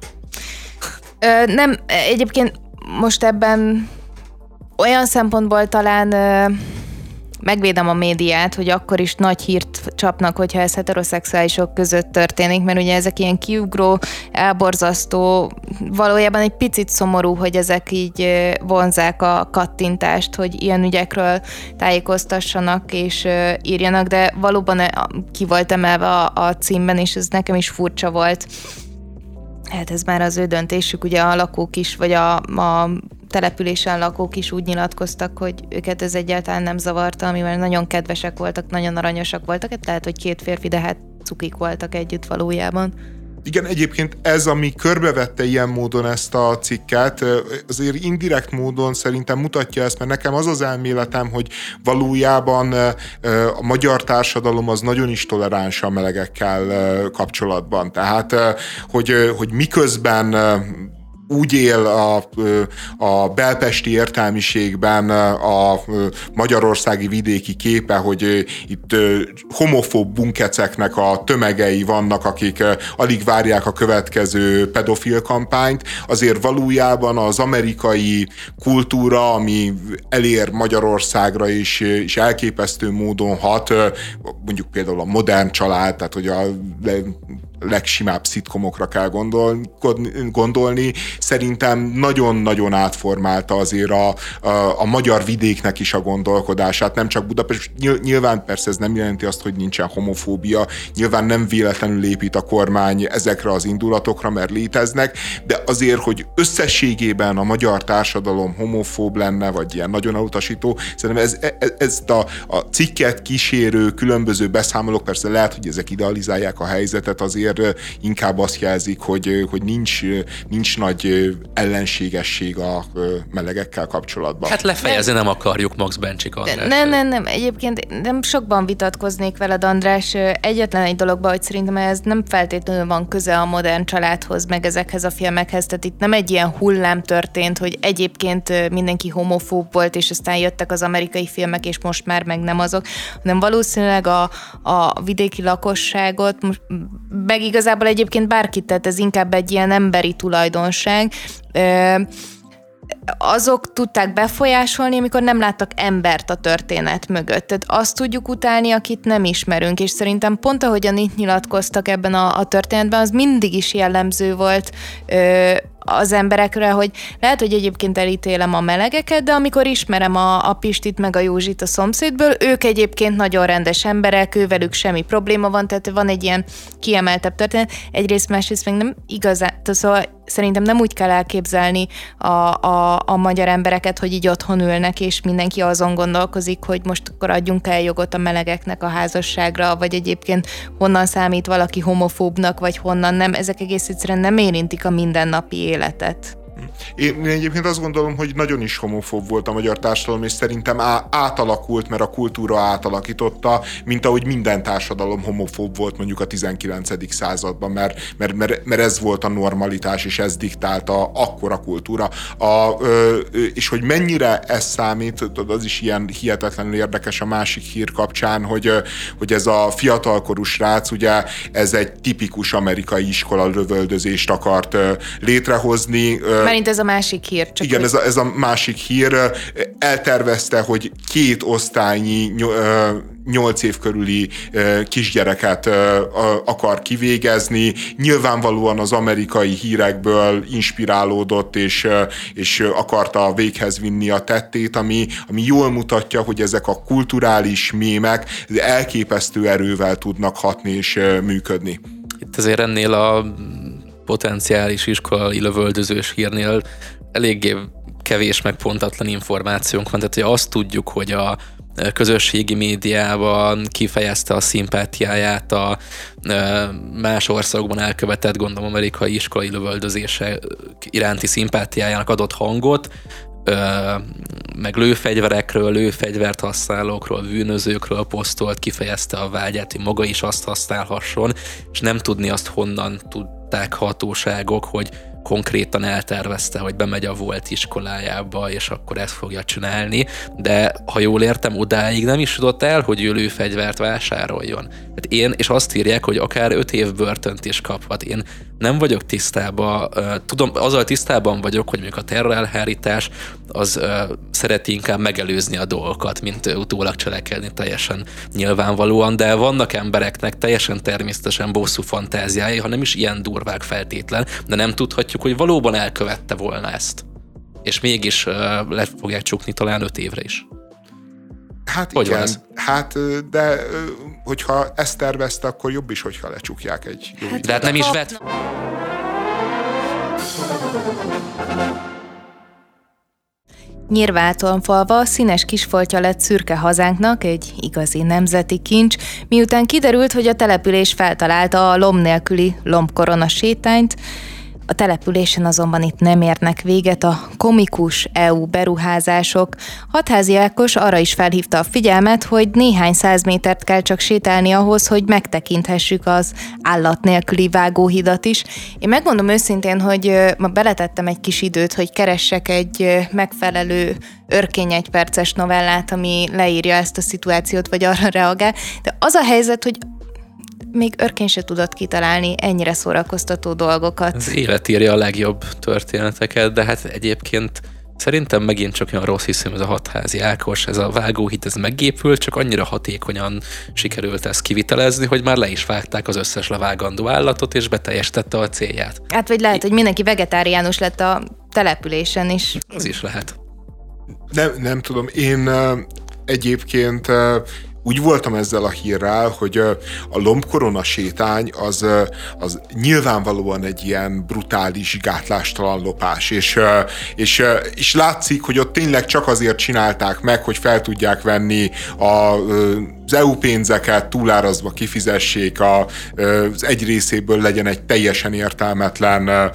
S3: Nem, egyébként most ebben olyan szempontból talán megvédem a médiát, hogy akkor is nagy hírt csapnak, hogyha ez heteroszexuálisok között történik, mert ugye ezek ilyen kiugró, elborzasztó, valójában egy picit szomorú, hogy ezek így vonzák a kattintást, hogy ilyen ügyekről tájékoztassanak és írjanak, de valóban ki volt emelve a címben, és ez nekem is furcsa volt. Hát ez már az ő döntésük, ugye a lakók is, vagy a településen lakók is úgy nyilatkoztak, hogy őket ez egyáltalán nem zavarta, amivel nagyon kedvesek voltak, nagyon aranyosak voltak, hát lehet, hogy két férfi, de hát cukik voltak együtt valójában.
S1: Igen, egyébként ez, ami körbevette ilyen módon ezt a cikket, azért indirekt módon szerintem mutatja ezt, mert nekem az az elméletem, hogy valójában a magyar társadalom az nagyon is toleráns a melegekkel kapcsolatban. Tehát, hogy miközben úgy él a belpesti értelmiségben a magyarországi vidéki képe, hogy itt homofób bunkeceknek a tömegei vannak, akik alig várják a következő pedofil kampányt, azért valójában az amerikai kultúra, ami elér Magyarországra is, és elképesztő módon hat, mondjuk például a Modern Család, tehát hogy a legsimább szitkomokra kell gondolni, szerintem nagyon-nagyon átformálta azért a magyar vidéknek is a gondolkodását, nem csak Budapest. Nyilván persze ez nem jelenti azt, hogy nincsen homofóbia, nyilván nem véletlenül épít a kormány ezekre az indulatokra, mert léteznek, de azért, hogy összességében a magyar társadalom homofób lenne, vagy ilyen nagyon elutasító, szerintem ezt a cikket kísérő különböző beszámolók, persze lehet, hogy ezek idealizálják a helyzetet, azért inkább azt jelzik, hogy nincs nagy ellenségesség a melegekkel kapcsolatban.
S2: Hát lefejezni nem akarjuk, Max Bencsik András.
S3: Nem. Egyébként nem sokban vitatkoznék veled, András. Egyetlen egy dologban, hogy szerintem ez nem feltétlenül van köze a Modern Családhoz, meg ezekhez a filmekhez. Tehát itt nem egy ilyen hullám történt, hogy egyébként mindenki homofób volt, és aztán jöttek az amerikai filmek, és most már meg nem azok, hanem valószínűleg a vidéki lakosságot, meg igazából egyébként bárkit, tehát ez inkább egy ilyen emberi tulajdonság, azok tudták befolyásolni, amikor nem láttak embert a történet mögött. Tehát azt tudjuk utálni, akit nem ismerünk, és szerintem pont ahogyan itt nyilatkoztak ebben a történetben, az mindig is jellemző volt az emberekre, hogy lehet, hogy egyébként elítélem a melegeket, de amikor ismerem a Pistit meg a Józsit a szomszédből, ők egyébként nagyon rendes emberek, ővelük semmi probléma van, tehát van egy ilyen kiemeltebb történet. Egyrészt, másrészt meg nem igazán, szóval szerintem nem úgy kell elképzelni a magyar embereket, hogy így otthon ülnek, és mindenki azon gondolkozik, hogy most akkor adjunk el jogot a melegeknek a házasságra, vagy egyébként honnan számít valaki homofóbnak, vagy honnan nem. Ezek egész egyszerűen nem érintik a mindennapi életet.
S1: Én egyébként azt gondolom, hogy nagyon is homofób volt a magyar társadalom, és szerintem átalakult, mert a kultúra átalakította, mint ahogy minden társadalom homofób volt mondjuk a 19. században, mert ez volt a normalitás, és ez diktálta akkor a kultúra. És hogy mennyire ez számít, az is ilyen hihetetlenül érdekes a másik hír kapcsán, hogy ez a fiatalkorú srác, ugye ez egy tipikus amerikai iskola lövöldözést akart létrehozni.
S3: Mert ez a másik hír. Csak
S1: igen, ez a másik hír. Eltervezte, hogy 2 osztálynyi 8 év körüli kisgyereket akar kivégezni. Nyilvánvalóan az amerikai hírekből inspirálódott, és akarta véghez vinni a tettét, ami jól mutatja, hogy ezek a kulturális mémek elképesztő erővel tudnak hatni és működni.
S2: Itt azért ennél a potenciális iskolai lövöldözős hírnél eléggé kevés meg pontatlan információnk van, tehát hogy azt tudjuk, hogy a közösségi médiában kifejezte a szimpátiáját a más országokban elkövetett, gondolom, amerikai iskolai lövöldözése iránti szimpátiájának adott hangot, meg lőfegyverekről, lőfegyvert használókról, bűnözőkről posztolt, kifejezte a vágyát, hogy maga is azt használhasson, és nem tudni azt, honnan tudták hatóságok, hogy konkrétan eltervezte, hogy bemegy a volt iskolájába, és akkor ezt fogja csinálni, de ha jól értem, odáig nem is jutott el, hogy ő lőfegyvert vásároljon. Hát én, és azt írják, hogy akár 5 év börtönt is kaphat. Én nem vagyok tisztában, azzal tisztában vagyok, hogy mondjuk a terrorelhárítás az szereti inkább megelőzni a dolgokat, mint utólag cselekedni teljesen nyilvánvalóan, de vannak embereknek teljesen természetesen bosszú fantáziái, ha nem is ilyen durvák feltétlen, de nem tudhatjuk, hogy valóban elkövette volna ezt. És mégis le fogják csukni talán 5 évre is.
S1: Hát
S2: hogy
S1: igen, de hogyha ezt tervezte, akkor jobb is, hogyha lecsukják egy jó időt.
S2: De hát nem is vett.
S3: Nyírváltonfalva színes kisfoltja lett szürke hazánknak, egy igazi nemzeti kincs, miután kiderült, hogy a település feltalálta a lomb nélküli lombkorona sétányt. A településen azonban itt nem érnek véget a komikus EU beruházások. Hatházi Ákos arra is felhívta a figyelmet, hogy néhány 100 métert kell csak sétálni ahhoz, hogy megtekinthessük az állat nélküli vágóhidat is. Én megmondom őszintén, hogy ma beletettem egy kis időt, hogy keressek egy megfelelő örkény 1 perces novellát, ami leírja ezt a szituációt, vagy arra reagál. De az a helyzet, hogy még örkény se tudott kitalálni ennyire szórakoztató dolgokat.
S2: Az élet írja a legjobb történeteket, de hát egyébként szerintem megint csak olyan rossz hiszem ez a Hatházi Ákos, ez a vágóhíd, ez megépült, csak annyira hatékonyan sikerült ezt kivitelezni, hogy már le is vágták az összes levágandó állatot, és beteljesítette a célját.
S3: Hát vagy lehet, hogy mindenki vegetáriánus lett a településen is.
S2: Az is lehet.
S1: Nem tudom, én egyébként úgy voltam ezzel a hírrel, hogy a lombkorona sétány az nyilvánvalóan egy ilyen brutális, gátlástalan lopás, és látszik, hogy ott tényleg csak azért csinálták meg, hogy fel tudják venni az EU pénzeket, túlárazva kifizessék, az egy részéből legyen egy teljesen értelmetlen,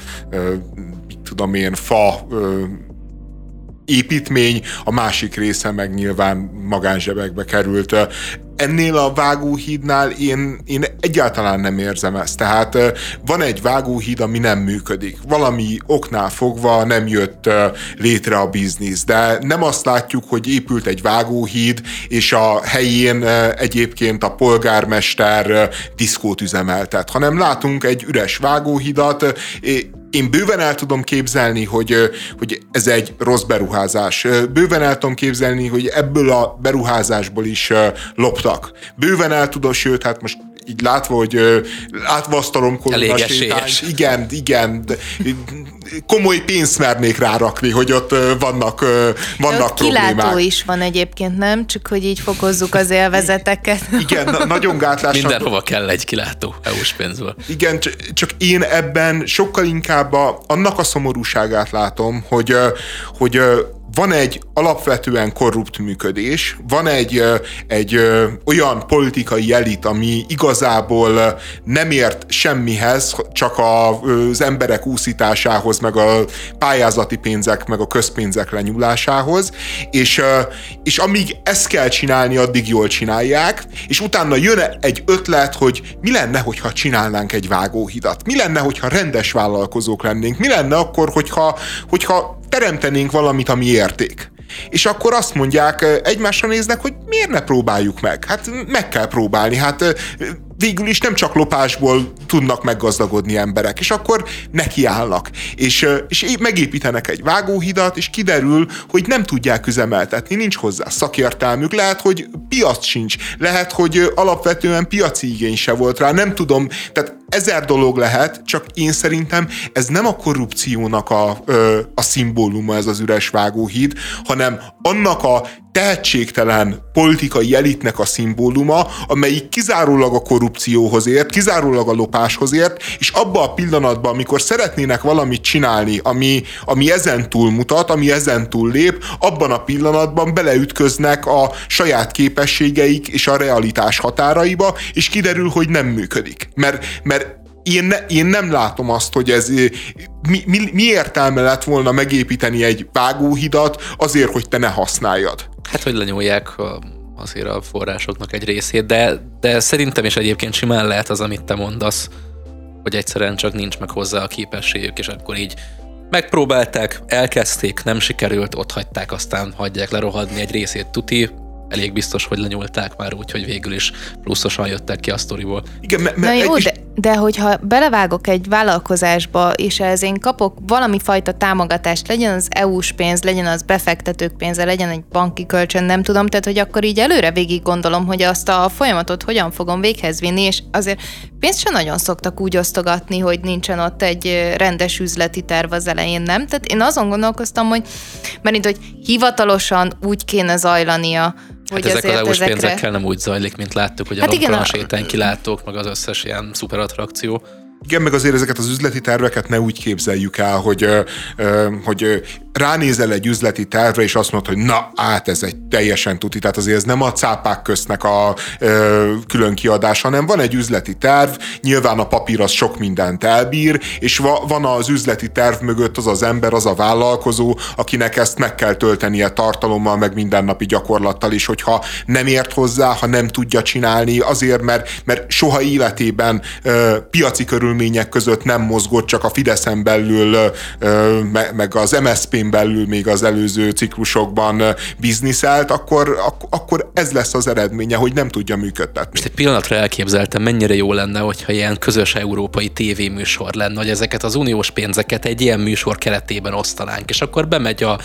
S1: fa építmény, a másik része meg nyilván magánzsebekbe került. Ennél a vágóhídnál én egyáltalán nem érzem ezt. Tehát van egy vágóhíd, ami nem működik. Valami oknál fogva nem jött létre a biznisz, de nem azt látjuk, hogy épült egy vágóhíd, és a helyén egyébként a polgármester diszkót üzemeltet, hanem látunk egy üres vágóhidat. Én bőven el tudom képzelni, hogy ez egy rossz beruházás. Bőven el tudom képzelni, hogy ebből a beruházásból is loptak. Bőven el tudom, sőt, hát most így látva, hogy látva azt a lombkorona sétányt, igen, komoly pénzt mernék rárakni, hogy ott vannak problémák.
S3: Kilátó is van egyébként, nem? Csak hogy így fokozzuk az élvezeteket.
S1: Igen, nagyon gátlás.
S2: Mindenhova kell egy kilátó EU-s pénzből.
S1: Igen, csak én ebben sokkal inkább annak a szomorúságát látom, hogy van egy alapvetően korrupt működés, van egy olyan politikai elit, ami igazából nem ért semmihez, csak az emberek úszításához, meg a pályázati pénzek, meg a közpénzek lenyúlásához, és amíg ezt kell csinálni, addig jól csinálják, és utána jön egy ötlet, hogy mi lenne, hogyha csinálnánk egy vágóhidat? Mi lenne, hogyha rendes vállalkozók lennénk? Mi lenne akkor, hogyha teremtenénk valamit, ami érték? És akkor azt mondják, egymásra néznek, hogy miért ne próbáljuk meg? Hát meg kell próbálni. Hát végül is nem csak lopásból tudnak meggazdagodni emberek, és akkor nekiállnak. És megépítenek egy vágóhidat, és kiderül, hogy nem tudják üzemeltetni, nincs hozzá szakértelmük, lehet, hogy piac sincs, lehet, hogy alapvetően piaci igény se volt rá, nem tudom, tehát 1000 dolog lehet, csak én szerintem ez nem a korrupciónak a szimbóluma, ez az üres vágóhíd, hanem annak a tehetségtelen politikai elitnek a szimbóluma, amelyik kizárólag a korrupcióhoz ért, kizárólag a lopáshoz ért, és abban a pillanatban, amikor szeretnének valamit csinálni, ami ezen túl mutat, ami ezen túl lép, abban a pillanatban beleütköznek a saját képességeik és a realitás határaiba, és kiderül, hogy nem működik. Mert én nem látom azt, hogy ez mi értelme lett volna megépíteni egy vágóhidat azért, hogy te ne használjad.
S2: Hát, hogy lenyúlják azért a forrásoknak egy részét, de szerintem is egyébként simán lehet az, amit te mondasz, hogy egyszerűen csak nincs meg hozzá a képességük, és akkor így megpróbálták, elkezdték, nem sikerült, ott hagyták, aztán hagyják lerohadni egy részét tuti, elég biztos, hogy lenyúlták már úgy, hogy végül is pluszosan jöttek ki a sztoriból.
S1: Igen,
S3: na jó, de hogyha belevágok egy vállalkozásba, és ehhez én kapok valami fajta támogatást, legyen az EU-s pénz, legyen az befektetők pénze, legyen egy banki kölcsön, nem tudom, tehát hogy akkor így előre végig gondolom, hogy azt a folyamatot hogyan fogom véghez vinni, és azért pénzt sem nagyon szoktak úgy osztogatni, hogy nincsen ott egy rendes üzleti terv az elején, nem? Tehát én azon gondolkoztam, hogy hivatalosan úgy kéne zajlania,
S2: hát ezek az EU-s pénzekkel nem úgy zajlik, mint láttuk, hogy a Lomkron sétán kilátók, meg az összes ilyen szuper attrakció.
S1: Igen, meg azért ezeket az üzleti terveket ne úgy képzeljük el, hogy ránézel egy üzleti tervre, és azt mondod, hogy na, ez egy teljesen tuti, tehát azért ez nem a cápák köztnek a külön kiadása, hanem van egy üzleti terv, nyilván a papír az sok mindent elbír, és van az üzleti terv mögött az az ember, az a vállalkozó, akinek ezt meg kell töltenie tartalommal, meg mindennapi gyakorlattal is, hogyha nem ért hozzá, ha nem tudja csinálni, azért, mert soha életében piaci körülmények között nem mozgott, csak a Fideszen belül, meg az MSZP-n belül még az előző ciklusokban bizniszelt, akkor ez lesz az eredménye, hogy nem tudja működtetni.
S2: Most egy pillanatra elképzeltem, mennyire jó lenne, hogyha ilyen közös európai tévéműsor lenne, hogy ezeket az uniós pénzeket egy ilyen műsor keretében osztanánk, és akkor bemegy a,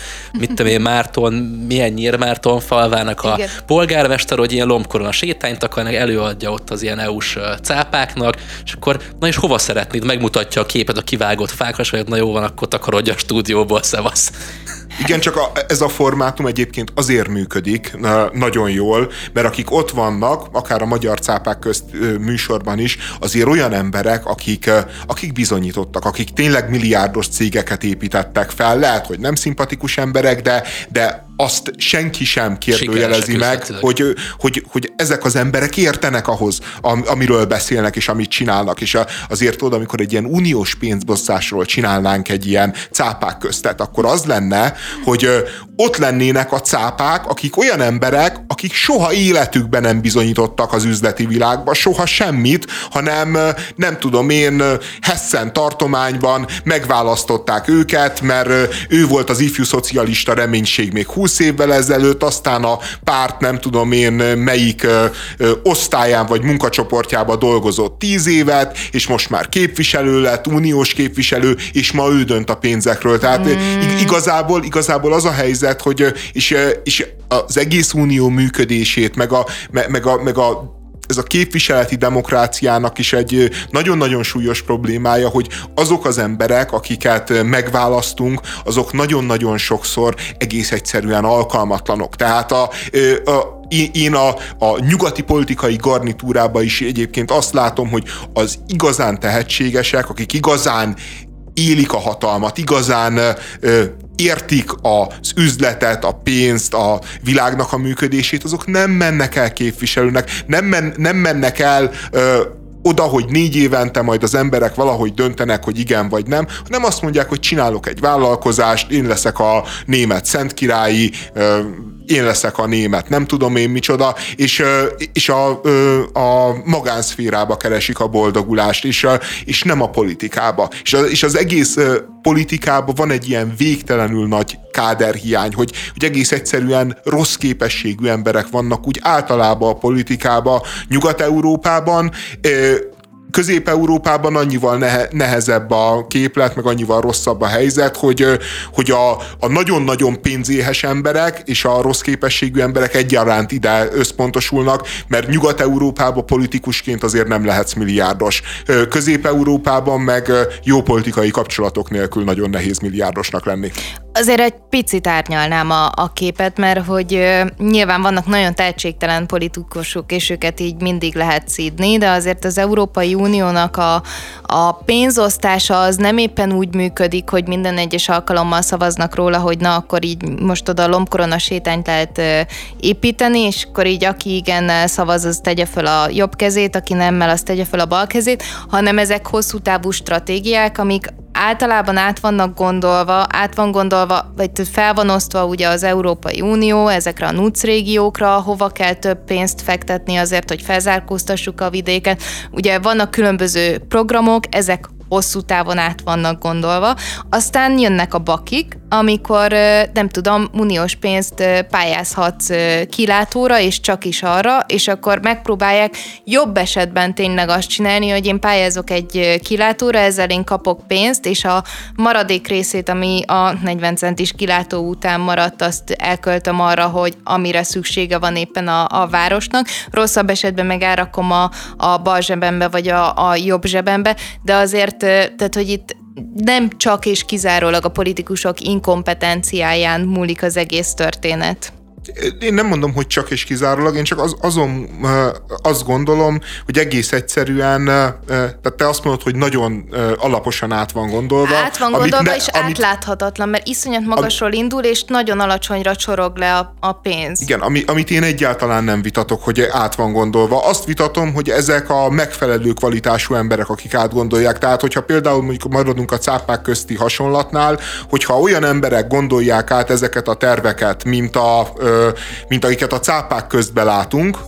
S2: milyen Nyírmárton falvának a polgármester, hogy ilyen lombkoron sétányt akarnak, előadja ott az ilyen EU-s cápáknak, és akkor, na és hova szeretnéd, megmutatja a képet a kivágott fákra, és na jó van, akkor takarodj a stúdióból, szevasz.
S1: Igen, csak ez a formátum egyébként azért működik nagyon jól, mert akik ott vannak, akár a Magyar Cápák Közt műsorban is, azért olyan emberek, akik bizonyítottak, akik tényleg milliárdos cégeket építettek fel, lehet, hogy nem szimpatikus emberek, de azt senki sem kérdőjelezi meg, hogy ezek az emberek értenek ahhoz, amiről beszélnek és amit csinálnak. És azért oda, amikor egy ilyen uniós pénzbosszásról csinálnánk egy ilyen cápák köztet, akkor az lenne, hogy ott lennének a cápák, akik olyan emberek, akik soha életükben nem bizonyítottak az üzleti világban, soha semmit, hanem nem tudom én, Hessen tartományban megválasztották őket, mert ő volt az ifjú szocialista reménység még 20 évvel ezelőtt, aztán a párt nem tudom én melyik osztályán vagy munkacsoportjában dolgozott 10 évet, és most már képviselő lett, uniós képviselő, és ma ő dönt a pénzekről. Tehát igazából az a helyzet, hogy és az egész unió működését, ez a képviseleti demokráciának is egy nagyon-nagyon súlyos problémája, hogy azok az emberek, akiket megválasztunk, azok nagyon-nagyon sokszor egész egyszerűen alkalmatlanok. Tehát én a nyugati politikai garnitúrában is egyébként azt látom, hogy az igazán tehetségesek, akik igazán élik a hatalmat, igazán értik az üzletet, a pénzt, a világnak a működését, azok nem mennek el képviselőnek, nem mennek el oda, hogy 4 évente majd az emberek valahogy döntenek, hogy igen vagy nem, hanem azt mondják, hogy csinálok egy vállalkozást, én leszek a német szentkirályi, én leszek a német, nem tudom én micsoda, és a magánszférába keresik a boldogulást, és nem a politikába. És az egész politikában van egy ilyen végtelenül nagy káderhiány, hogy egész egyszerűen rossz képességű emberek vannak úgy általában a politikában, Nyugat-Európában, Közép-Európában annyival nehezebb a képlet, meg annyival rosszabb a helyzet, hogy a nagyon-nagyon pénzéhes emberek és a rossz képességű emberek egyaránt ide összpontosulnak, mert Nyugat-Európában politikusként azért nem lehetsz milliárdos. Közép-Európában meg jó politikai kapcsolatok nélkül nagyon nehéz milliárdosnak lenni.
S3: Azért egy picit árnyalnám a képet, mert hogy nyilván vannak nagyon tehetségtelen politikusok, és őket így mindig lehet szídni, de azért az Európai Uniónak a pénzosztása az nem éppen úgy működik, hogy minden egyes alkalommal szavaznak róla, hogy na, akkor így most oda lombkorona sétányt lehet építeni, és akkor így aki igennel szavaz, az tegye fel a jobb kezét, aki nemmel, az tegye fel a bal kezét, hanem ezek hosszú távú stratégiák, amik általában át van gondolva, vagy fel van osztva ugye az Európai Unió ezekre a NUTS régiókra, hova kell több pénzt fektetni azért, hogy felzárkóztassuk a vidéket. Ugye vannak különböző programok, ezek hosszú távon át vannak gondolva. Aztán jönnek a bakik, amikor nem tudom, uniós pénzt pályázhatsz kilátóra, és csak is arra, és akkor megpróbálják jobb esetben tényleg azt csinálni, hogy én pályázok egy kilátóra, ezzel én kapok pénzt, és a maradék részét, ami a 40 centis kilátó után maradt, azt elköltöm arra, hogy amire szüksége van éppen a városnak. Rosszabb esetben meg elrakom a bal zsebembe, vagy a jobb zsebembe, de azért, tehát, hogy itt nem csak és kizárólag a politikusok inkompetenciáján múlik az egész történet.
S1: Én nem mondom, hogy csak és kizárólag, én csak azt gondolom, hogy egész egyszerűen, tehát te azt mondod, hogy nagyon alaposan át van gondolva.
S3: Át van gondolva, és átláthatatlan, mert iszonyat magasról indul, és nagyon alacsonyra csorog le a pénz.
S1: Igen, amit én egyáltalán nem vitatok, hogy át van gondolva. Azt vitatom, hogy ezek a megfelelő kvalitású emberek, akik átgondolják. Tehát, hogyha például mondjuk maradunk a cápák közti hasonlatnál, hogyha olyan emberek gondolják át ezeket a terveket, mint akiket a cápák közben látunk,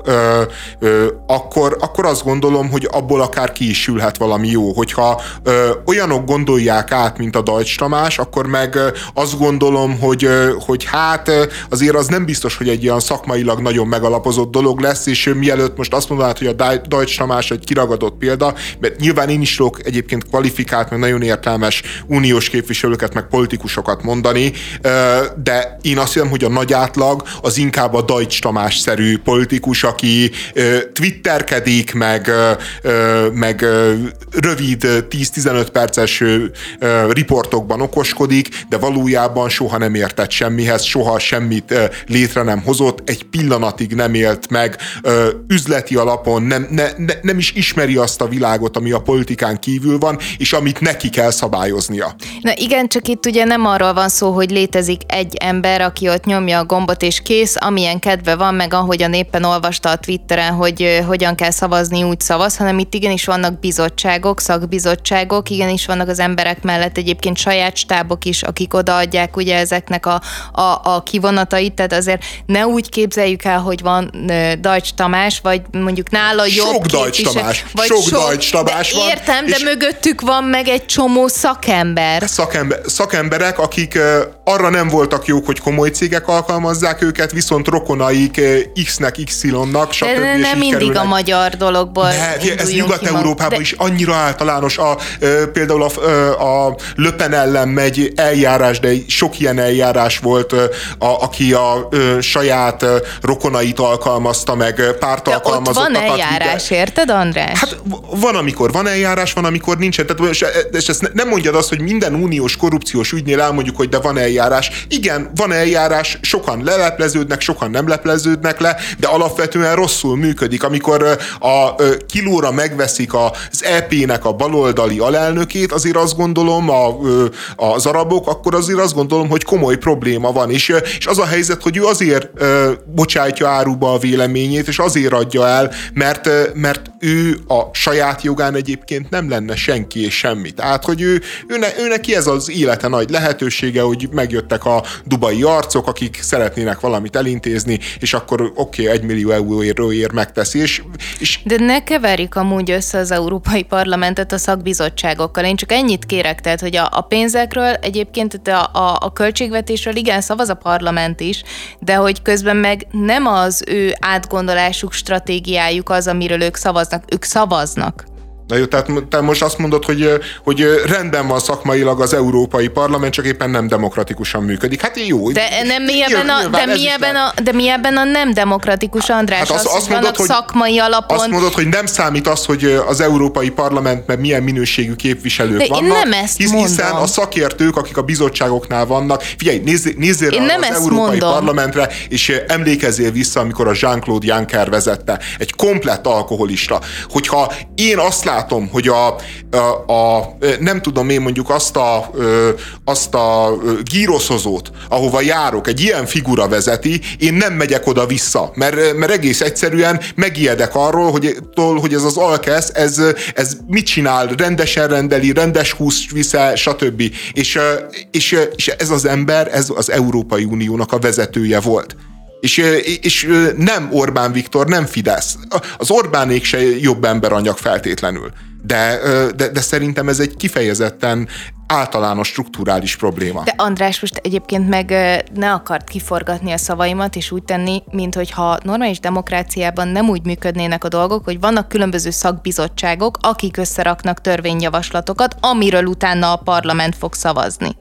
S1: akkor azt gondolom, hogy abból akár ki is sülhet valami jó. Hogyha olyanok gondolják át, mint a Deutsch Tamás, akkor meg azt gondolom, hogy hát azért az nem biztos, hogy egy ilyen szakmailag nagyon megalapozott dolog lesz, és mielőtt most azt mondanád, hogy a Deutsch Tamás egy kiragadott példa, mert nyilván én is tudok egyébként kvalifikált, meg nagyon értelmes uniós képviselőket, meg politikusokat mondani, de én azt hiszem, hogy a nagy átlag az inkább a Deutsch Tamás-szerű politikus, aki twitterkedik, meg rövid 10-15 perces riportokban okoskodik, de valójában soha nem értett semmihez, soha semmit létre nem hozott, egy pillanatig nem élt meg, üzleti alapon nem is ismeri azt a világot, ami a politikán kívül van, és amit neki kell szabályoznia.
S3: Na igen, csak itt ugye nem arról van szó, hogy létezik egy ember, aki ott nyomja a gombot és kész, amilyen kedve van, meg ahogyan éppen olvasta a Twitteren, hogy hogyan kell szavazni, úgy szavaz, hanem itt igenis vannak bizottságok, szakbizottságok, igenis vannak az emberek mellett egyébként saját stábok is, akik odaadják ugye ezeknek a kivonatait, tehát azért ne úgy képzeljük el, hogy van Deutsch Tamás, vagy mondjuk nála jobb
S1: sok Deutsch Tamás, sok Deutsch Tamás van.
S3: Értem, de mögöttük van meg egy csomó szakember.
S1: Szakemberek, akik arra nem voltak jók, hogy komoly cégek alkalmazzák őket, viszont rokonaik X-nek, Y-nak, stb.
S3: De nem mindig kerülnek. A magyar dologból
S1: ez Nyugat-Európában is annyira általános. Például a Le Pen ellen megy eljárás, de sok ilyen eljárás volt, aki a saját rokonait alkalmazta, meg pártalkalmazottakat.
S3: De ott van eljárás, érted, András?
S1: Hát van, amikor van eljárás, van, amikor nincsen. Tehát, és ezt nem mondjad azt, hogy minden uniós korrupciós ügynél elmondjuk, hogy de van eljárás. Igen, van eljárás, sokan lelepleződnek, sokan nem lepleződnek le, de alapvetően rosszul működik. Amikor a kilóra megveszik az EP-nek a baloldali alelnökét, azért azt gondolom az arabok, akkor azért azt gondolom, hogy komoly probléma van. És az a helyzet, hogy ő azért bocsátja áruba a véleményét, és azért adja el, mert ő a saját jogán egyébként nem lenne senki és semmi. Tehát, hogy ő neki ez az élete nagy lehetősége, hogy megjöttek a dubai arcok, akik szeretnének valamit elintézni, és akkor oké, 1 millió euróért megteszi. És
S3: de ne keverjük amúgy össze az Európai Parlamentet a szakbizottságokkal. Én csak ennyit kérek, tehát, hogy a pénzekről egyébként a költségvetésről igen szavaz a parlament is, de hogy közben meg nem az ő átgondolásuk, stratégiájuk az, amiről ők szavaznak.
S1: Na jó, tehát te most azt mondod, hogy rendben van szakmailag az Európai Parlament, csak éppen nem demokratikusan működik. Hát jó.
S3: De mi ebben a nem demokratikus, András? Hát azt mondod, hogy szakmai alapon...
S1: Azt mondod, hogy nem számít az, hogy az Európai Parlamentben milyen minőségű képviselők vannak.
S3: Én nem ezt mondom.
S1: Hiszen a szakértők, akik a bizottságoknál vannak, figyelj, nézzél rá az Európai Parlamentre, és emlékezzél vissza, amikor a Jean-Claude Juncker vezette. Egy komplett alkoholista. Hogyha én azt látom, hogy nem tudom én mondjuk azt a gyroszozót, ahova járok, egy ilyen figura vezeti, én nem megyek oda-vissza, mert egész egyszerűen megijedek arról, hogy ez az alkesz, ez mit csinál, rendesen rendeli, rendes húsz visze, stb. És ez az ember, ez az Európai Uniónak a vezetője volt. És nem Orbán Viktor, nem Fidesz. Az Orbánék se jobb emberanyag feltétlenül. De szerintem ez egy kifejezetten általános strukturális probléma.
S3: De András, most egyébként meg ne akart kiforgatni a szavaimat, és úgy tenni, minthogyha normális demokráciában nem úgy működnének a dolgok, hogy vannak különböző szakbizottságok, akik összeraknak törvényjavaslatokat, amiről utána a parlament fog szavazni.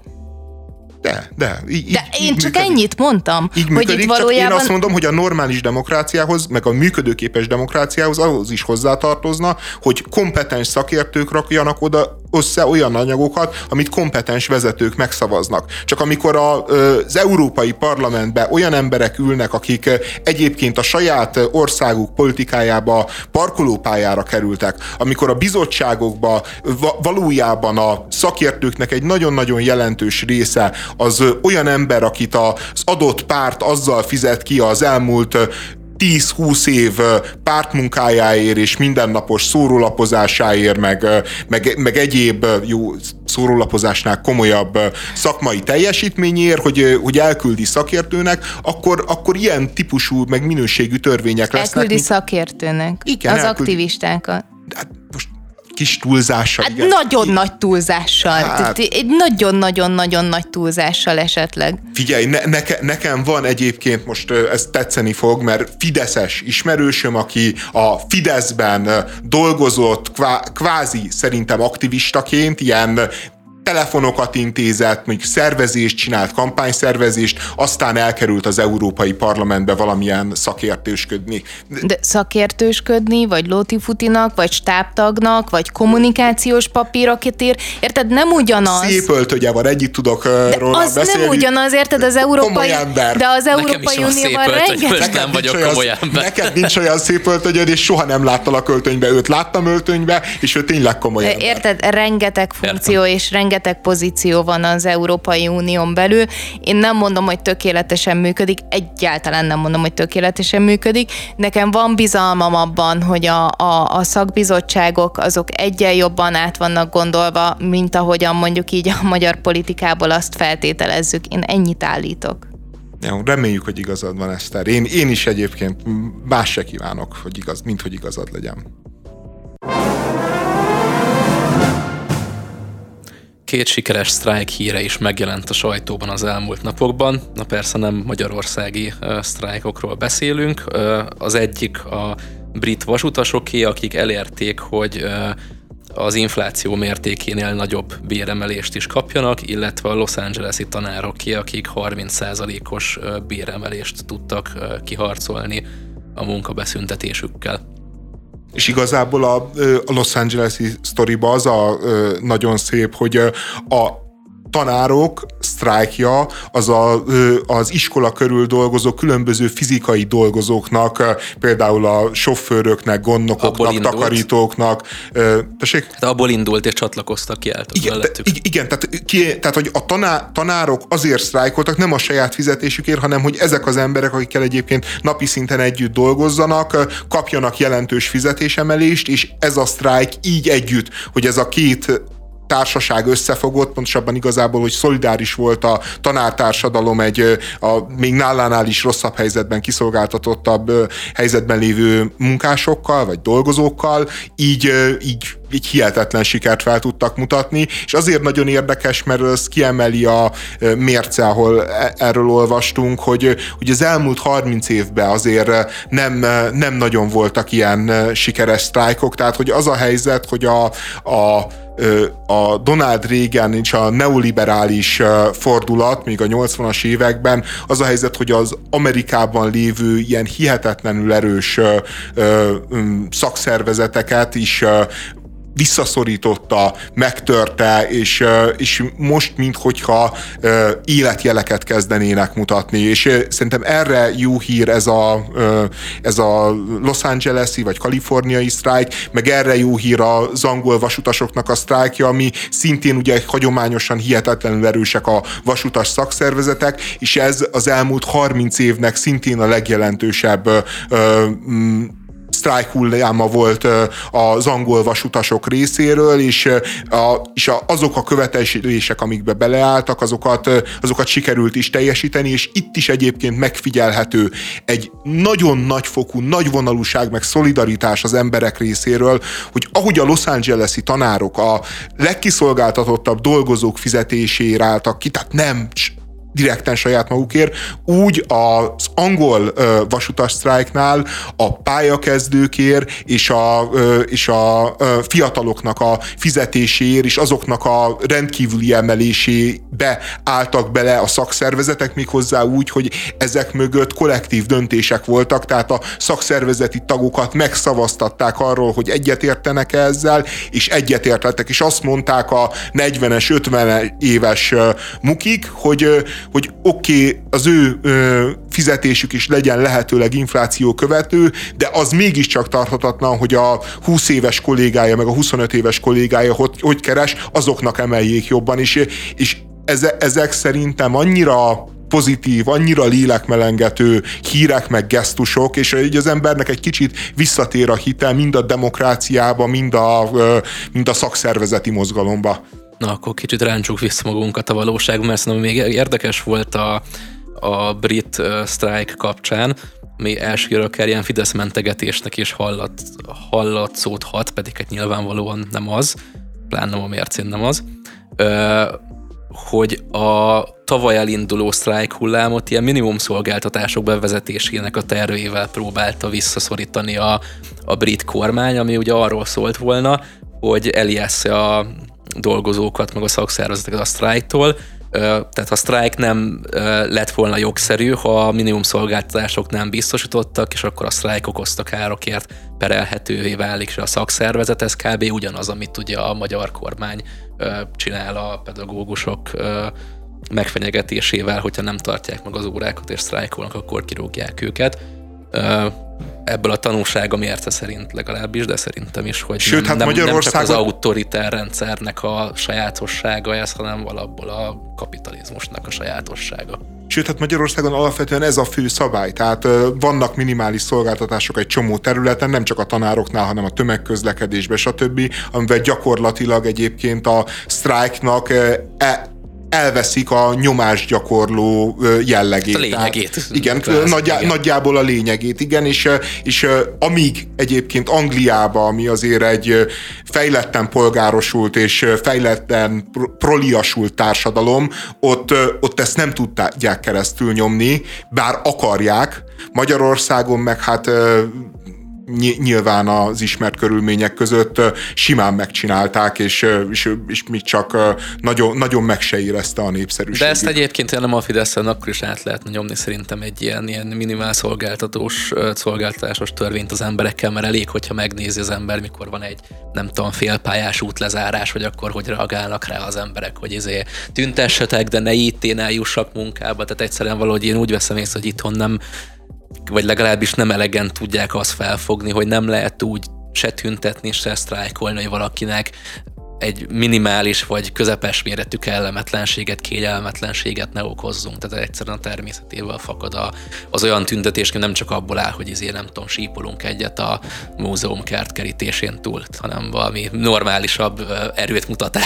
S1: De
S3: én csak működik. Ennyit mondtam,
S1: így
S3: hogy
S1: működik,
S3: itt valójában...
S1: Csak én azt mondom, hogy a normális demokráciához, meg a működőképes demokráciához ahhoz is hozzátartozna, hogy kompetens szakértők rakjanak oda össze olyan anyagokat, amit kompetens vezetők megszavaznak. Csak amikor az Európai Parlamentben olyan emberek ülnek, akik egyébként a saját országuk politikájába parkolópályára kerültek, amikor a bizottságokba valójában a szakértőknek egy nagyon-nagyon jelentős része az olyan ember, akit az adott párt azzal fizet ki az elmúlt 10-20 év pártmunkájáért és mindennapos szórólapozásáért, meg egyéb jó szórólapozásnál komolyabb szakmai teljesítményért, hogy elküldi szakértőnek, akkor ilyen típusú, meg minőségű törvények lesznek.
S3: Elküldi szakértőnek. Igen, az aktivistákat.
S1: Most kis túlzással.
S3: Hát nagyon nagy túlzással. Egy nagyon-nagyon-nagyon nagy túlzással esetleg.
S1: Figyelj, nekem van egyébként, most ez tetszeni fog, mert fideszes ismerősöm, aki a Fideszben dolgozott kvázi szerintem aktivistaként, ilyen telefonokat intézett, mondjuk szervezést csinált, kampányszervezést, aztán elkerült az Európai Parlamentbe valamilyen szakértősködni.
S3: De szakértősködni, vagy lótifutinak, vagy stábtagnak, vagy kommunikációs papírokért ír, érted, nem ugyanaz.
S1: Szép öltögye van, együtt tudok róla
S3: az
S1: beszélni.
S3: Nem ugyanaz, érted, az Európai... De az Európai Unióban rengeteg...
S2: Nem vagyok komoly ember.
S1: Neked nincs olyan szép öltönyöd, és soha nem láttalak öltönybe, őt láttam öltönybe, és ő tényleg komoly ember.
S3: Érted, rengeteg funkció és rengeteg pozíció van az Európai Unión belül. Én nem mondom, hogy tökéletesen működik, egyáltalán nem mondom, hogy tökéletesen működik. Nekem van bizalmam abban, hogy a szakbizottságok azok egyen jobban át vannak gondolva, mint ahogyan mondjuk így a magyar politikából azt feltételezzük. Én ennyit állítok.
S1: Jó, reméljük, hogy igazad van, Eszter. Én is egyébként más se kívánok, mint hogy igazad legyen.
S2: 2 sikeres sztrájk híre is megjelent a sajtóban az elmúlt napokban. Na persze nem magyarországi sztrájkokról beszélünk. Az egyik a brit vasutasoké, akik elérték, hogy az infláció mértékénél nagyobb béremelést is kapjanak, illetve a Los Angeles-i tanároké, akik 30%-os béremelést tudtak kiharcolni a munkabeszüntetésükkel.
S1: És igazából a Los Angeles-i sztoriba az a nagyon szép, hogy a tanárok sztrájkja az iskola körül dolgozó különböző fizikai dolgozóknak, például a sofőröknek, gondnokoknak, takarítóknak. Tessék?
S2: Hát abból indult és csatlakoztak ki mellettük.
S1: Igen, tehát hogy a tanárok azért sztrájkoltak, nem a saját fizetésükért, hanem hogy ezek az emberek, akikkel egyébként napi szinten együtt dolgozzanak, kapjanak jelentős fizetésemelést, és ez a sztrájk így együtt, hogy ez a két társaság összefogott, pontosabban igazából, hogy szolidáris volt a tanártársadalom a még nálánál is rosszabb helyzetben, kiszolgáltatottabb helyzetben lévő munkásokkal, vagy dolgozókkal, így hihetetlen sikert fel tudtak mutatni, és azért nagyon érdekes, mert ez kiemeli a mérce, ahol erről olvastunk, hogy az elmúlt 30 évben azért nem nagyon voltak ilyen sikeres sztrájkok, tehát hogy az a helyzet, hogy a Donald Reagan és a neoliberális fordulat, még a 80-as években, az a helyzet, hogy az Amerikában lévő ilyen hihetetlenül erős szakszervezeteket is visszaszorította, megtörte, és most minthogyha életjeleket kezdenének mutatni. És szerintem erre jó hír ez a Los Angeles-i vagy kaliforniai sztrájk, meg erre jó hír az angol vasutasoknak a sztrájkja, ami szintén ugye hagyományosan hihetetlenül erősek a vasutas szakszervezetek, és ez az elmúlt 30 évnek szintén a legjelentősebb sztrájk hulláma volt az angol vasutasok részéről, és azok a követelések, amikbe beleálltak, azokat sikerült is teljesíteni, és itt is egyébként megfigyelhető egy nagyon nagyfokú, nagyvonalúság, meg szolidaritás az emberek részéről, hogy ahogy a Los Angeles-i tanárok a legkiszolgáltatottabb dolgozók fizetésére álltak ki, tehát nem direkten saját magukért, úgy az angol vasutas sztrájknál a pályakezdőkért és a fiataloknak a fizetéséért és azoknak a rendkívüli emelésébe álltak bele a szakszervezetek, méghozzá úgy, hogy ezek mögött kollektív döntések voltak, tehát a szakszervezeti tagokat megszavaztatták arról, hogy egyetértenek ezzel, és egyetértettek, és azt mondták a 40-es, 50 éves mukik, hogy oké, az ő fizetésük is legyen lehetőleg infláció követő, de az mégiscsak tarthatatlan, hogy a 20 éves kollégája, meg a 25 éves kollégája hogy keres, azoknak emeljék jobban, és ezek szerintem annyira pozitív, annyira lélekmelengető hírek meg gesztusok, és így az embernek egy kicsit visszatér a hite mind a demokráciába, mind a szakszervezeti mozgalomba.
S2: Na, akkor kicsit ráncsuk vissza magunkat a valóságban, mert szerintem még érdekes volt a brit sztrájk kapcsán, ami elsőre akár ilyen Fidesz mentegetésnek is hallatszódhat, pedig hát nyilvánvalóan nem az, pláne nem a mércén nem az, hogy a tavaly elinduló sztrájk hullámot ilyen minimum szolgáltatások bevezetésének a tervével próbálta visszaszorítani a brit kormány, ami ugye arról szólt volna, hogy elijessze a dolgozókat, meg a szakszervezeteket a sztrájktól. Tehát a sztrájk nem lett volna jogszerű, ha a minimum szolgáltatások nem biztosítottak, és akkor a sztrájk okozta károkért perelhetővé válik, és a szakszervezet, ez kb. Ugyanaz, amit ugye a magyar kormány csinál a pedagógusok megfenyegetésével, hogyha nem tartják meg az órákat és sztrájkolnak, akkor kirúgják őket. Ebből a tanulsága mérce szerint legalábbis, de szerintem is, hogy
S1: sőt, hát
S2: nem csak az autoritár rendszernek a sajátossága ez, hanem valabból a kapitalizmusnak a sajátossága.
S1: Sőt, hát Magyarországon alapvetően ez a fő szabály, tehát vannak minimális szolgáltatások egy csomó területen, nem csak a tanároknál, hanem a tömegközlekedésben, stb., amivel gyakorlatilag egyébként a sztrájknak elveszik a nyomásgyakorló jellegét.
S2: A lényegét.
S1: Tehát, igen, nagyjából a lényegét, igen, és amíg egyébként Angliában, ami azért egy fejletten polgárosult és fejletten proliasult társadalom, ott ezt nem tudják keresztül nyomni, bár akarják. Magyarországon meg hát nyilván az ismert körülmények között simán megcsinálták, és még csak nagyon, nagyon meg se érezte a népszerűségét.
S2: De ezt egyébként nem a Fideszen akkor is át lehetne nyomni szerintem egy ilyen minimál szolgáltatásos törvényt az emberekkel, mert elég, hogyha megnézi az ember, mikor van egy nem tudom, félpályás útlezárás, hogy akkor hogy reagálnak rá az emberek, hogy tüntessetek, de ne itt eljussak munkába, tehát egyszerűen valahogy én úgy veszem észre, hogy itthon nem, vagy legalábbis nem elegen tudják azt felfogni, hogy nem lehet úgy se tüntetni, se sztrájkolni, hogy valakinek egy minimális vagy közepes méretű kellemetlenséget, kényelmetlenséget ne okozzunk. Tehát egyszerűen a természetével fakad az olyan tüntetés, hogy nem csak abból áll, hogy nem tudom, sípolunk egyet a múzeum kertkerítésén túl, hanem valami normálisabb erőtmutatás.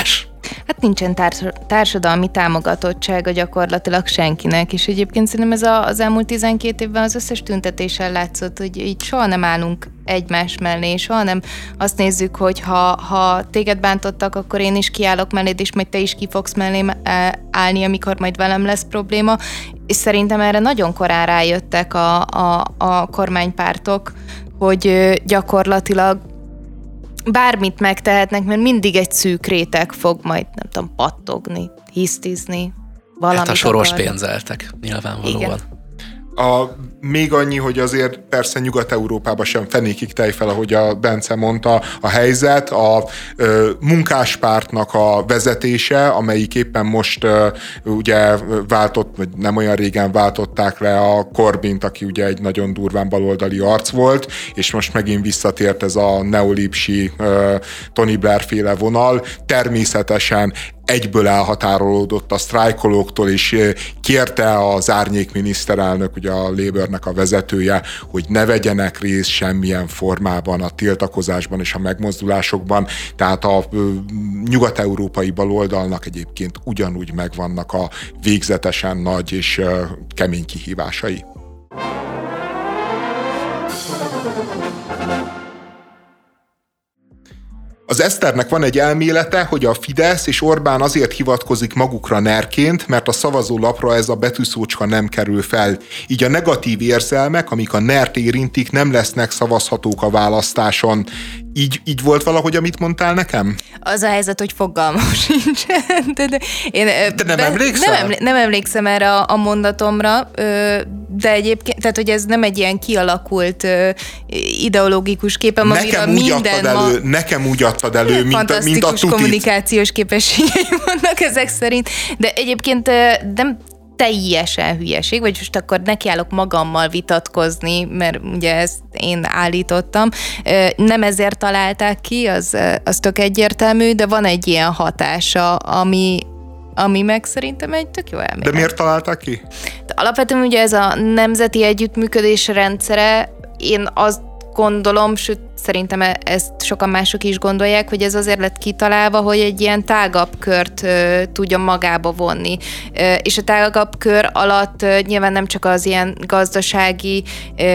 S3: Hát nincsen társadalmi támogatottsága gyakorlatilag senkinek, és egyébként szerintem ez az elmúlt 12 évben az összes tüntetésen látszott, hogy így soha nem állunk egymás mellé, és soha nem azt nézzük, hogy ha téged bántottak, akkor én is kiállok melléd, és majd te is ki fogsz mellém állni, amikor majd velem lesz probléma, és szerintem erre nagyon korán rájöttek a kormánypártok, hogy gyakorlatilag bármit megtehetnek, mert mindig egy szűk réteg fog majd, nem tudom, pattogni, hisztizni, valamit.
S2: Hát a soros pénzeltek, nyilvánvalóan. Igen.
S1: Még annyi, hogy azért persze Nyugat-Európában sem fenékig tejfel, ahogy a Bence mondta, a helyzet, a munkáspártnak a vezetése, amelyik éppen most ugye váltott, vagy nem olyan régen váltották le a Corbynt, aki ugye egy nagyon durván baloldali arc volt, és most megint visszatért ez a neolipsi Tony Blair féle vonal. Természetesen egyből elhatárolódott a sztrájkolóktól, és kérte az árnyék miniszterelnök, ugye a Labournek a vezetője, hogy ne vegyenek részt semmilyen formában a tiltakozásban és a megmozdulásokban. Tehát a nyugat-európai baloldalnak egyébként ugyanúgy megvannak a végzetesen nagy és kemény kihívásai. Az Eszternek van egy elmélete, hogy a Fidesz és Orbán azért hivatkozik magukra NER-ként, mert a szavazólapra ez a betűszócska nem kerül fel. Így a negatív érzelmek, amik a NER-t érintik, nem lesznek szavazhatók a választáson. Így volt valahogy, amit mondtál nekem?
S3: Az a helyzet, hogy fogalmam sincsen.
S1: De nem emlékszel?
S3: Nem emlékszem erre a mondatomra, de egyébként, tehát hogy ez nem egy ilyen kialakult ideológikus képem, amiről minden
S1: nekem úgy adtad elő, mint a tutit.
S3: Kommunikációs képességei vannak ezek szerint, de egyébként nem teljesen hülyeség, vagy most akkor nekiállok magammal vitatkozni, mert ugye ezt én állítottam. Nem ezért találták ki, az tök egyértelmű, de van egy ilyen hatása, ami meg szerintem egy tök jó elmélet.
S1: De miért találták ki?
S3: De alapvetően ugye ez a nemzeti együttműködés rendszere, én azt gondolom, sőt szerintem ezt sokan mások is gondolják, hogy ez azért lett kitalálva, hogy egy ilyen tágabb kört tudjon magába vonni. És a tágabb kör alatt nyilván nem csak az ilyen gazdasági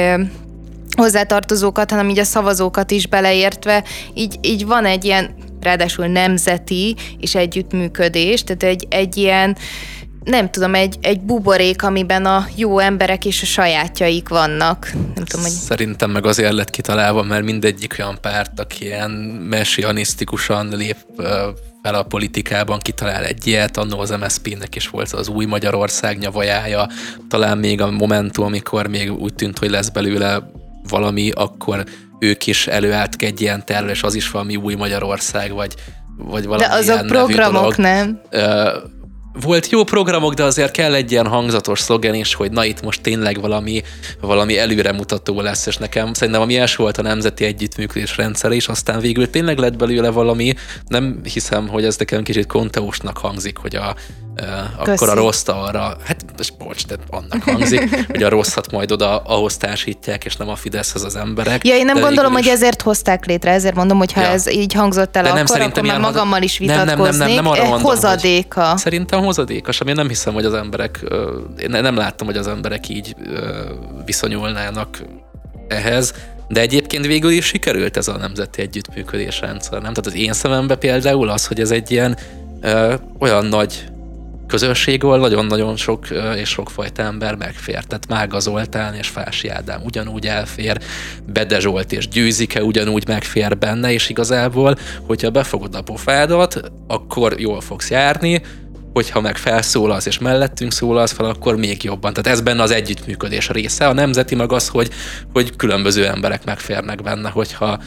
S3: hozzátartozókat, hanem így a szavazókat is beleértve, így van egy ilyen, ráadásul nemzeti és együttműködés, tehát egy ilyen, nem tudom, egy buborék, amiben a jó emberek és a sajátjaik vannak. Nem tudom, hogy...
S2: Szerintem meg azért lett kitalálva, mert mindegyik olyan párt, aki ilyen messianisztikusan lép fel a politikában, kitalál egy ilyet, annó az MSZP-nek is volt az Új Magyarország nyavajája, talán még a Momentum, amikor még úgy tűnt, hogy lesz belőle valami, akkor ők is előálltak egy ilyen tervre, és az is valami Új Magyarország, vagy valami
S3: de azok programok, nem?
S2: Volt jó programok, de azért kell egy ilyen hangzatos szlogen is, hogy na itt most tényleg valami előremutató lesz, és nekem szerintem ami első volt a nemzeti együttműködés rendszer, és aztán végül tényleg lett belőle valami, nem hiszem, hogy ez nekem kicsit konteusnak hangzik, hogy akkor a rossz arra, hát bocs, de annak hangzik, hogy a rosszat majd oda ahhoz társítják, és nem a Fideszhez az emberek.
S3: Ja, én nem gondolom, hogy ezért hozták létre, ezért mondom, hogy ha ez így hangzott el, akkor már magammal is vitatkoznék.
S2: Nem arra mondom,
S3: hozadéka.
S2: Szerintem hozadékos, ami nem hiszem, hogy az emberek, én nem láttam, hogy az emberek így viszonyulnának ehhez, de egyébként végül is sikerült ez a nemzeti együttműködés rendszer, nem? Tehát az én szememben például az, hogy ez egy ilyen olyan nagy közösség, ahol nagyon-nagyon sok és sokfajta ember megfér. Tehát Mága Zoltán és Fási Ádám ugyanúgy elfér, Bede Zsolt és Győzike ugyanúgy megfér benne, és igazából, hogyha befogod a pofádat, akkor jól fogsz járni, hogyha meg felszólalsz és mellettünk szólalsz fel, akkor még jobban. Tehát ez benne az együttműködés része. A nemzeti meg az, hogy különböző emberek megférnek benne, hogyha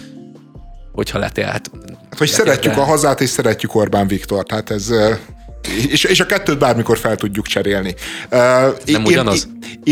S2: letélt.
S1: Hogy szeretjük a hazát, és szeretjük Orbán Viktort. Tehát ez... És a kettőt bármikor fel tudjuk cserélni.
S2: Nem ugyanaz?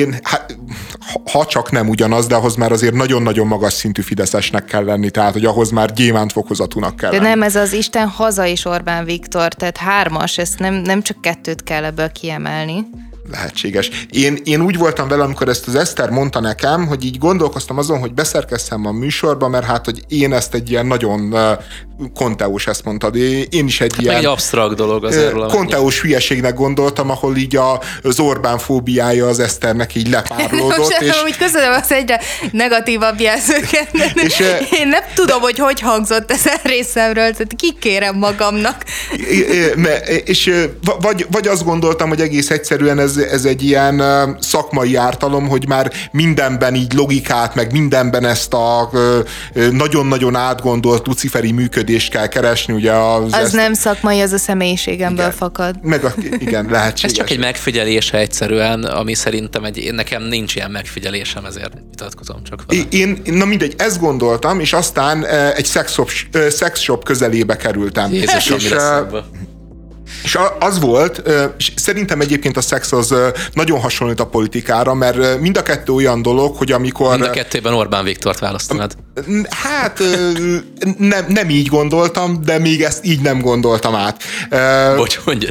S1: Ha csak nem ugyanaz, de ahhoz már azért nagyon-nagyon magas szintű fideszesnek kell lenni, tehát hogy ahhoz már gyémánt fokozatúnak kell lenni.
S3: De nem, ez az Isten haza és Orbán Viktor, tehát 3-as, ezt nem csak 2 kell ebből kiemelni.
S1: Lehetséges. Én úgy voltam vele, amikor ezt az Eszter mondta nekem, hogy így gondolkoztam azon, hogy beszerkesszem a műsorba, mert hát, hogy én ezt egy ilyen nagyon konteós, ezt mondtad. Én is egy ilyen...
S2: egy absztrakt dolog azért.
S1: Konteós hülyeségnek gondoltam, ahol így az Orbán fóbiája az Eszternek így lepárlódott.
S3: Most és... úgy köszönöm az egyre negatívabb jelzőket. És, én nem tudom, hogy hangzott ez a részemről, tehát kikérem magamnak.
S1: És vagy azt gondoltam, hogy egész egyszerűen ez egy ilyen szakmai ártalom, hogy már mindenben így logikát, meg mindenben ezt a nagyon-nagyon átgondolt luciferi működést kell keresni. Ugye
S3: az nem szakmai, az a személyiségemből fakad.
S1: Igen, lehetséges.
S2: Ez csak egy megfigyelése egyszerűen, ami szerintem nekem nincs ilyen megfigyelésem, ezért vitatkozom csak vele.
S1: Na mindegy, ezt gondoltam, és aztán egy sex shop közelébe kerültem.
S2: Jézusom, mi lesz ebből?
S1: És az volt, és szerintem egyébként a szex az nagyon hasonlít a politikára, mert mind a kettő olyan dolog, hogy amikor...
S2: Mind a kettőben Orbán Viktort választanád.
S1: Hát nem így gondoltam, de még ezt így nem gondoltam át.
S2: Bocs, mondj.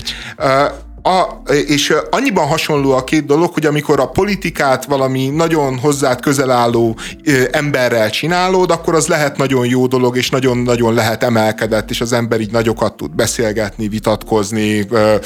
S1: És annyiban hasonló a két dolog, hogy amikor a politikát valami nagyon hozzád közel álló emberrel csinálod, akkor az lehet nagyon jó dolog, és nagyon-nagyon lehet emelkedett, és az ember így nagyokat tud beszélgetni, vitatkozni,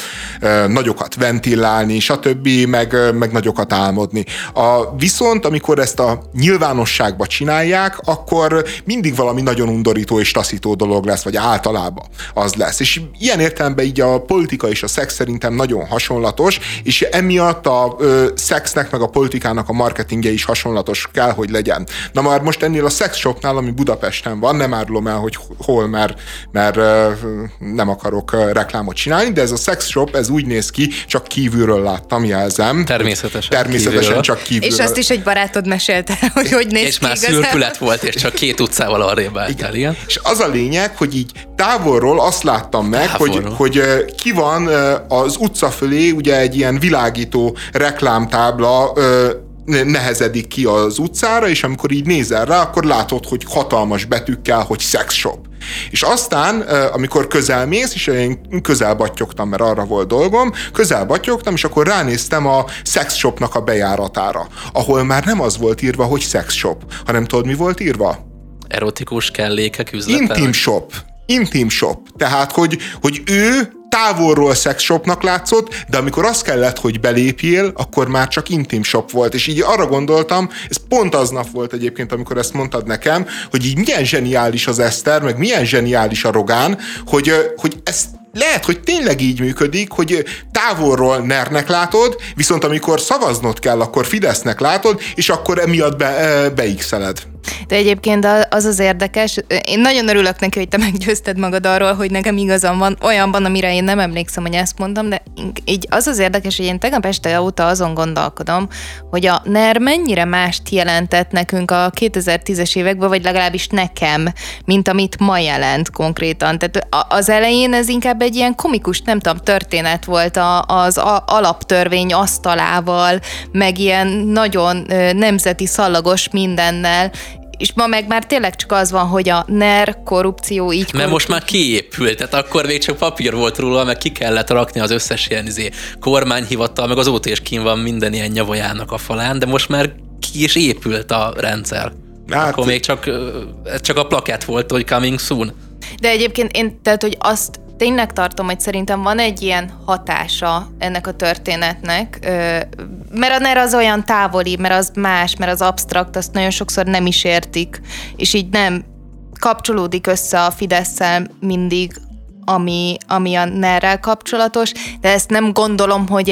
S1: nagyokat ventilálni, stb., meg nagyokat álmodni. Viszont, amikor ezt a nyilvánosságba csinálják, akkor mindig valami nagyon undorító és taszító dolog lesz, vagy általában az lesz. És ilyen értelemben így a politika és a szex szerintem nagyon hasonlatos, és emiatt a szexnek meg a politikának a marketingje is hasonlatos kell, hogy legyen. Na már most ennél a sex shopnál, ami Budapesten van, nem árulom el, hogy hol, mert nem akarok reklámot csinálni, de ez a sex shop, ez úgy néz ki, csak kívülről láttam, jelzem. Természetesen csak kívülről.
S3: És azt is egy barátod mesélte, hogy néz ki.
S2: És már szürkület volt, és csak 2 utcával arrébb álltál, igen.
S1: És az a lényeg, hogy így távolról azt láttam meg, hogy ki van az utca fölé, ugye egy ilyen világító reklámtábla nehezedik ki az utcára, és amikor így nézel rá, akkor látod, hogy hatalmas betűkkel, hogy sex shop. És aztán, amikor közelmész, és én közelbattyogtam, mert arra volt dolgom, közelbattyogtam, és akkor ránéztem a sex shopnak a bejáratára, ahol már nem az volt írva, hogy sex shop, hanem tudod, mi volt írva?
S2: Erotikus kellékek üzlete.
S1: Intim shop. Tehát, hogy ő távolról sex shopnak látszott, de amikor az kellett, hogy belépjél, akkor már csak intim shop volt. És így arra gondoltam, ez pont aznap volt egyébként, amikor ezt mondtad nekem, hogy így milyen zseniális az Eszter, meg milyen zseniális a Rogán, hogy ezt lehet, hogy tényleg így működik, hogy távolról NER-nek látod, viszont amikor szavaznod kell, akkor Fidesznek látod, és akkor emiatt beixeled.
S3: De egyébként az érdekes, én nagyon örülök neki, hogy te meggyőzted magad arról, hogy nekem igazam van olyanban, amire én nem emlékszem, hogy ezt mondom, de így az érdekes, hogy én tegnap este óta azon gondolkodom, hogy a NER mennyire mást jelentett nekünk a 2010-es években, vagy legalábbis nekem, mint amit ma jelent konkrétan. Tehát az elején ez inkább egy ilyen komikus, nem tudom, történet volt az alaptörvény asztalával, meg ilyen nagyon nemzeti szallagos mindennel, és ma meg már tényleg csak az van, hogy a NER korrupció így...
S2: Mert most már kiépült, tehát akkor még csak papír volt róla, meg ki kellett rakni az összes ilyen kormányhivatal, meg azóta is kín van minden ilyen nyavajának a falán, de most már ki is épült a rendszer. Hát, akkor még csak a plakett volt, hogy coming soon.
S3: De egyébként tehát, hogy azt tényleg tartom, hogy szerintem van egy ilyen hatása ennek a történetnek, mert a NER az olyan távoli, mert az más, mert az absztrakt, azt nagyon sokszor nem is értik, és így nem kapcsolódik össze a Fidesszel mindig, ami a NER-rel kapcsolatos, de ezt nem gondolom, hogy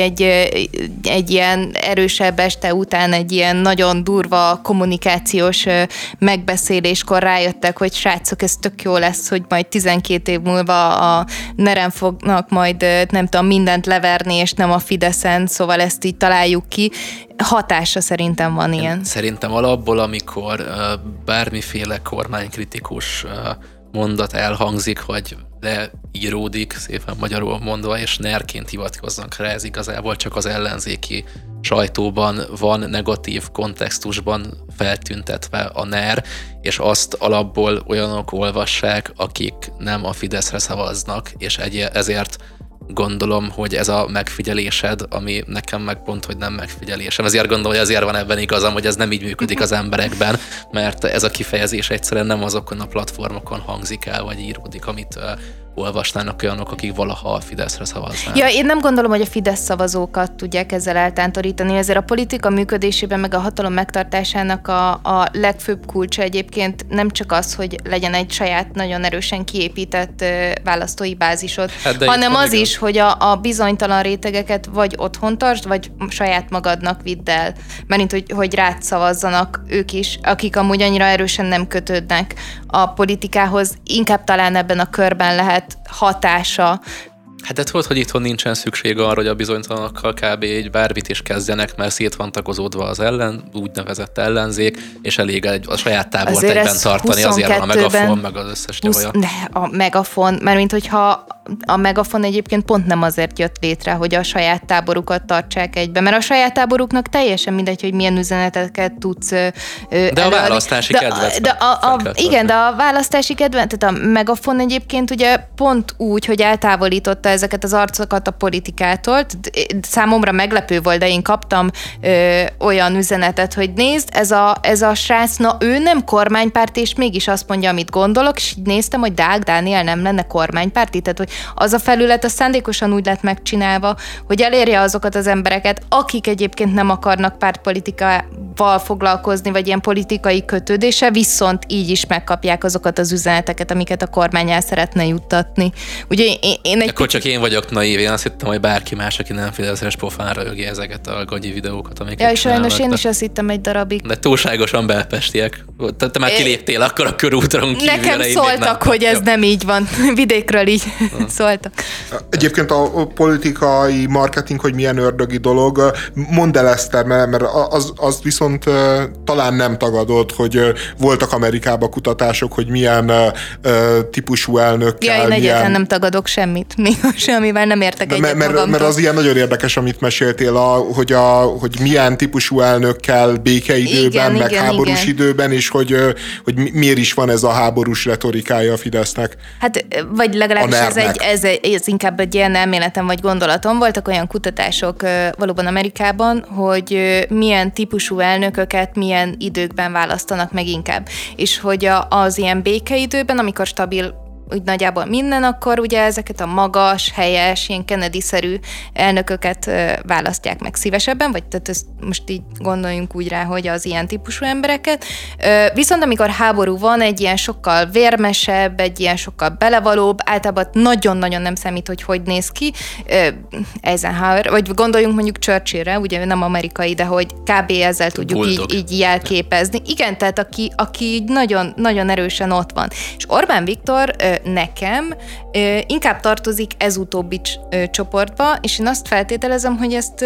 S3: egy ilyen erősebb este után egy ilyen nagyon durva kommunikációs megbeszéléskor rájöttek, hogy srácok, ez tök jó lesz, hogy majd 12 év múlva a NER-en fognak majd nem tudom, mindent leverni, és nem a Fideszen, szóval ezt így találjuk ki. Hatása szerintem van ilyen.
S2: Szerintem alapból, amikor bármiféle kormánykritikus mondat elhangzik, vagy leíródik, szépen magyarul mondva, és NER-ként hivatkoznak rá, ez igazából csak az ellenzéki sajtóban van negatív kontextusban feltüntetve a NER, és azt alapból olyanok olvassák, akik nem a Fideszre szavaznak, és ezért gondolom, hogy ez a megfigyelésed, ami nekem meg pont, hogy nem megfigyelésem. Ezért gondolom, hogy azért van ebben igazam, hogy ez nem így működik az emberekben, mert ez a kifejezés egyszerűen nem azokon a platformokon hangzik el, vagy íródik, amit olvasnának olyanok, akik valaha a Fideszre szavaznának.
S3: Ja, én nem gondolom, hogy a Fidesz szavazókat tudják ezzel eltántorítani. Ezért a politika működésében, meg a hatalom megtartásának a legfőbb kulcsa egyébként nem csak az, hogy legyen egy saját, nagyon erősen kiépített választói bázisod, hanem az is, hogy a bizonytalan rétegeket vagy otthon tartsd, vagy saját magadnak vidd el. Mert hogy rád szavazzanak ők is, akik amúgy annyira erősen nem kötődnek a politikához, inkább talán ebben a körben lehet hatása.
S2: Hát de tudod, hogy itthon nincsen szükség arra, hogy a bizonytalanokkal kb. Így bármit is kezdjenek, mert szét van tagozódva az úgynevezett ellenzék, és elég a saját tábort egyben tartani, azért van a Megafon, meg az összes nyavaja.
S3: A Megafon, mert mint hogyha a Megafon egyébként pont nem azért jött létre, hogy a saját táborukat tartsák egybe, mert a saját táboruknak teljesen mindegy, hogy milyen üzeneteket tudsz
S2: de előadni. A választási kedvenc.
S3: Igen, de a választási kedvenc, tehát a Megafon egyébként ugye pont úgy, hogy eltávolította ezeket az arcokat a politikától. Számomra meglepő volt, de én kaptam olyan üzenetet, hogy nézd, ez a srác, na ő nem kormánypárti, és mégis azt mondja, amit gondolok, és így néztem, hogy Deák Dániel nem lenne kormánypárti, tehát hogy az a felület az szándékosan úgy lett megcsinálva, hogy elérje azokat az embereket, akik egyébként nem akarnak pártpolitikával foglalkozni, vagy ilyen politikai kötődése, viszont így is megkapják azokat az üzeneteket, amiket a kormány el szeretne juttatni. Ugye én
S2: akkor csak én vagyok naív, én azt hittem, hogy bárki más, aki nem fideszes pofánra ögi ezeket a gagyi videókat, amiket
S3: ja, sajnos én is azt hittem egy darabig.
S2: De túlságosan belpestiek. Te már kiléptél akkor a körúton kívülre.
S3: Nekem szóltak, hogy ez nem így van. Vidékről így szóltak.
S1: Egyébként a politikai marketing, hogy milyen ördögi dolog, mondd el, Eszter, mert az viszont talán nem tagadod, hogy voltak Amerikában kutatások, hogy milyen típusú elnökkel.
S3: Ja, én egyáltalán nem tagadok semmit. Még semmivel nem értek egyet magamtól.
S1: Mert az ilyen nagyon érdekes, amit meséltél, hogy milyen típusú elnökkel békeidőben, meg háborús időben, és hogy miért is van ez a háborús retorikája a Fidesznek.
S3: Hát, vagy legalábbis ez inkább egy ilyen elméletem vagy gondolatom. Voltak olyan kutatások valóban Amerikában, hogy milyen típusú elnököket milyen időkben választanak meg inkább. És hogy az ilyen békeidőben, amikor stabil úgy nagyjából minden, akkor ugye ezeket a magas, helyes, ilyen Kennedy-szerű elnököket választják meg szívesebben, vagy tehát ezt most így gondoljunk úgy rá, hogy az ilyen típusú embereket. Viszont amikor háború van, egy ilyen sokkal vérmesebb, egy ilyen sokkal belevalóbb, általában nagyon-nagyon nem számít, hogy néz ki. Eisenhower, vagy gondoljunk mondjuk Churchillre, ugye nem amerikai, de hogy kb. Ezzel tudjuk így jelképezni. Igen, tehát aki így nagyon, nagyon erősen ott van. És Orbán Viktor nekem inkább tartozik ez utóbbi csoportba, és én azt feltételezem, hogy ezt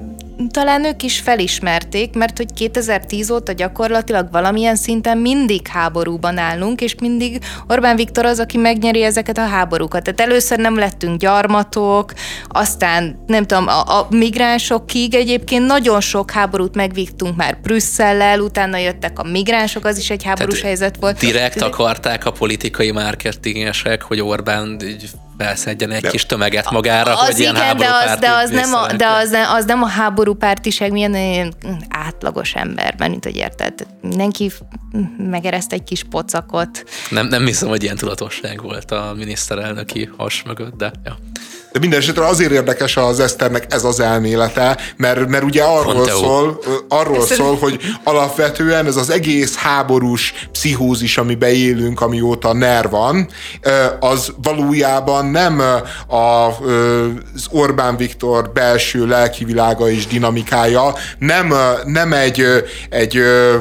S3: talán ők is felismerték, mert hogy 2010 óta gyakorlatilag valamilyen szinten mindig háborúban állunk, és mindig Orbán Viktor az, aki megnyeri ezeket a háborúkat. Tehát először nem lettünk gyarmatok, aztán nem tudom, a migránsokig egyébként nagyon sok háborút megvívtunk már Brüsszellel, utána jöttek a migránsok, az is egy háborús helyzet volt.
S2: Direkt akarták a politikai marketingesek, hogy Orbán felszedjen egy kis tömeget magára,
S3: az
S2: hogy ilyen háborúpárti.
S3: Az nem a háborúpártiság, milyen átlagos ember, mint hogy érted. Mindenki megereszt egy kis pocakot.
S2: Nem hiszem, hogy ilyen tudatosság volt a miniszterelnöki has mögött, de ja.
S1: De minden esetre azért érdekes az Eszternek ez az elmélete, mert ugye arról szól, hogy alapvetően ez az egész háborús pszichózis, amiben élünk, amióta NER van, az valójában nem az Orbán Viktor belső lelkivilága és dinamikája, nem egy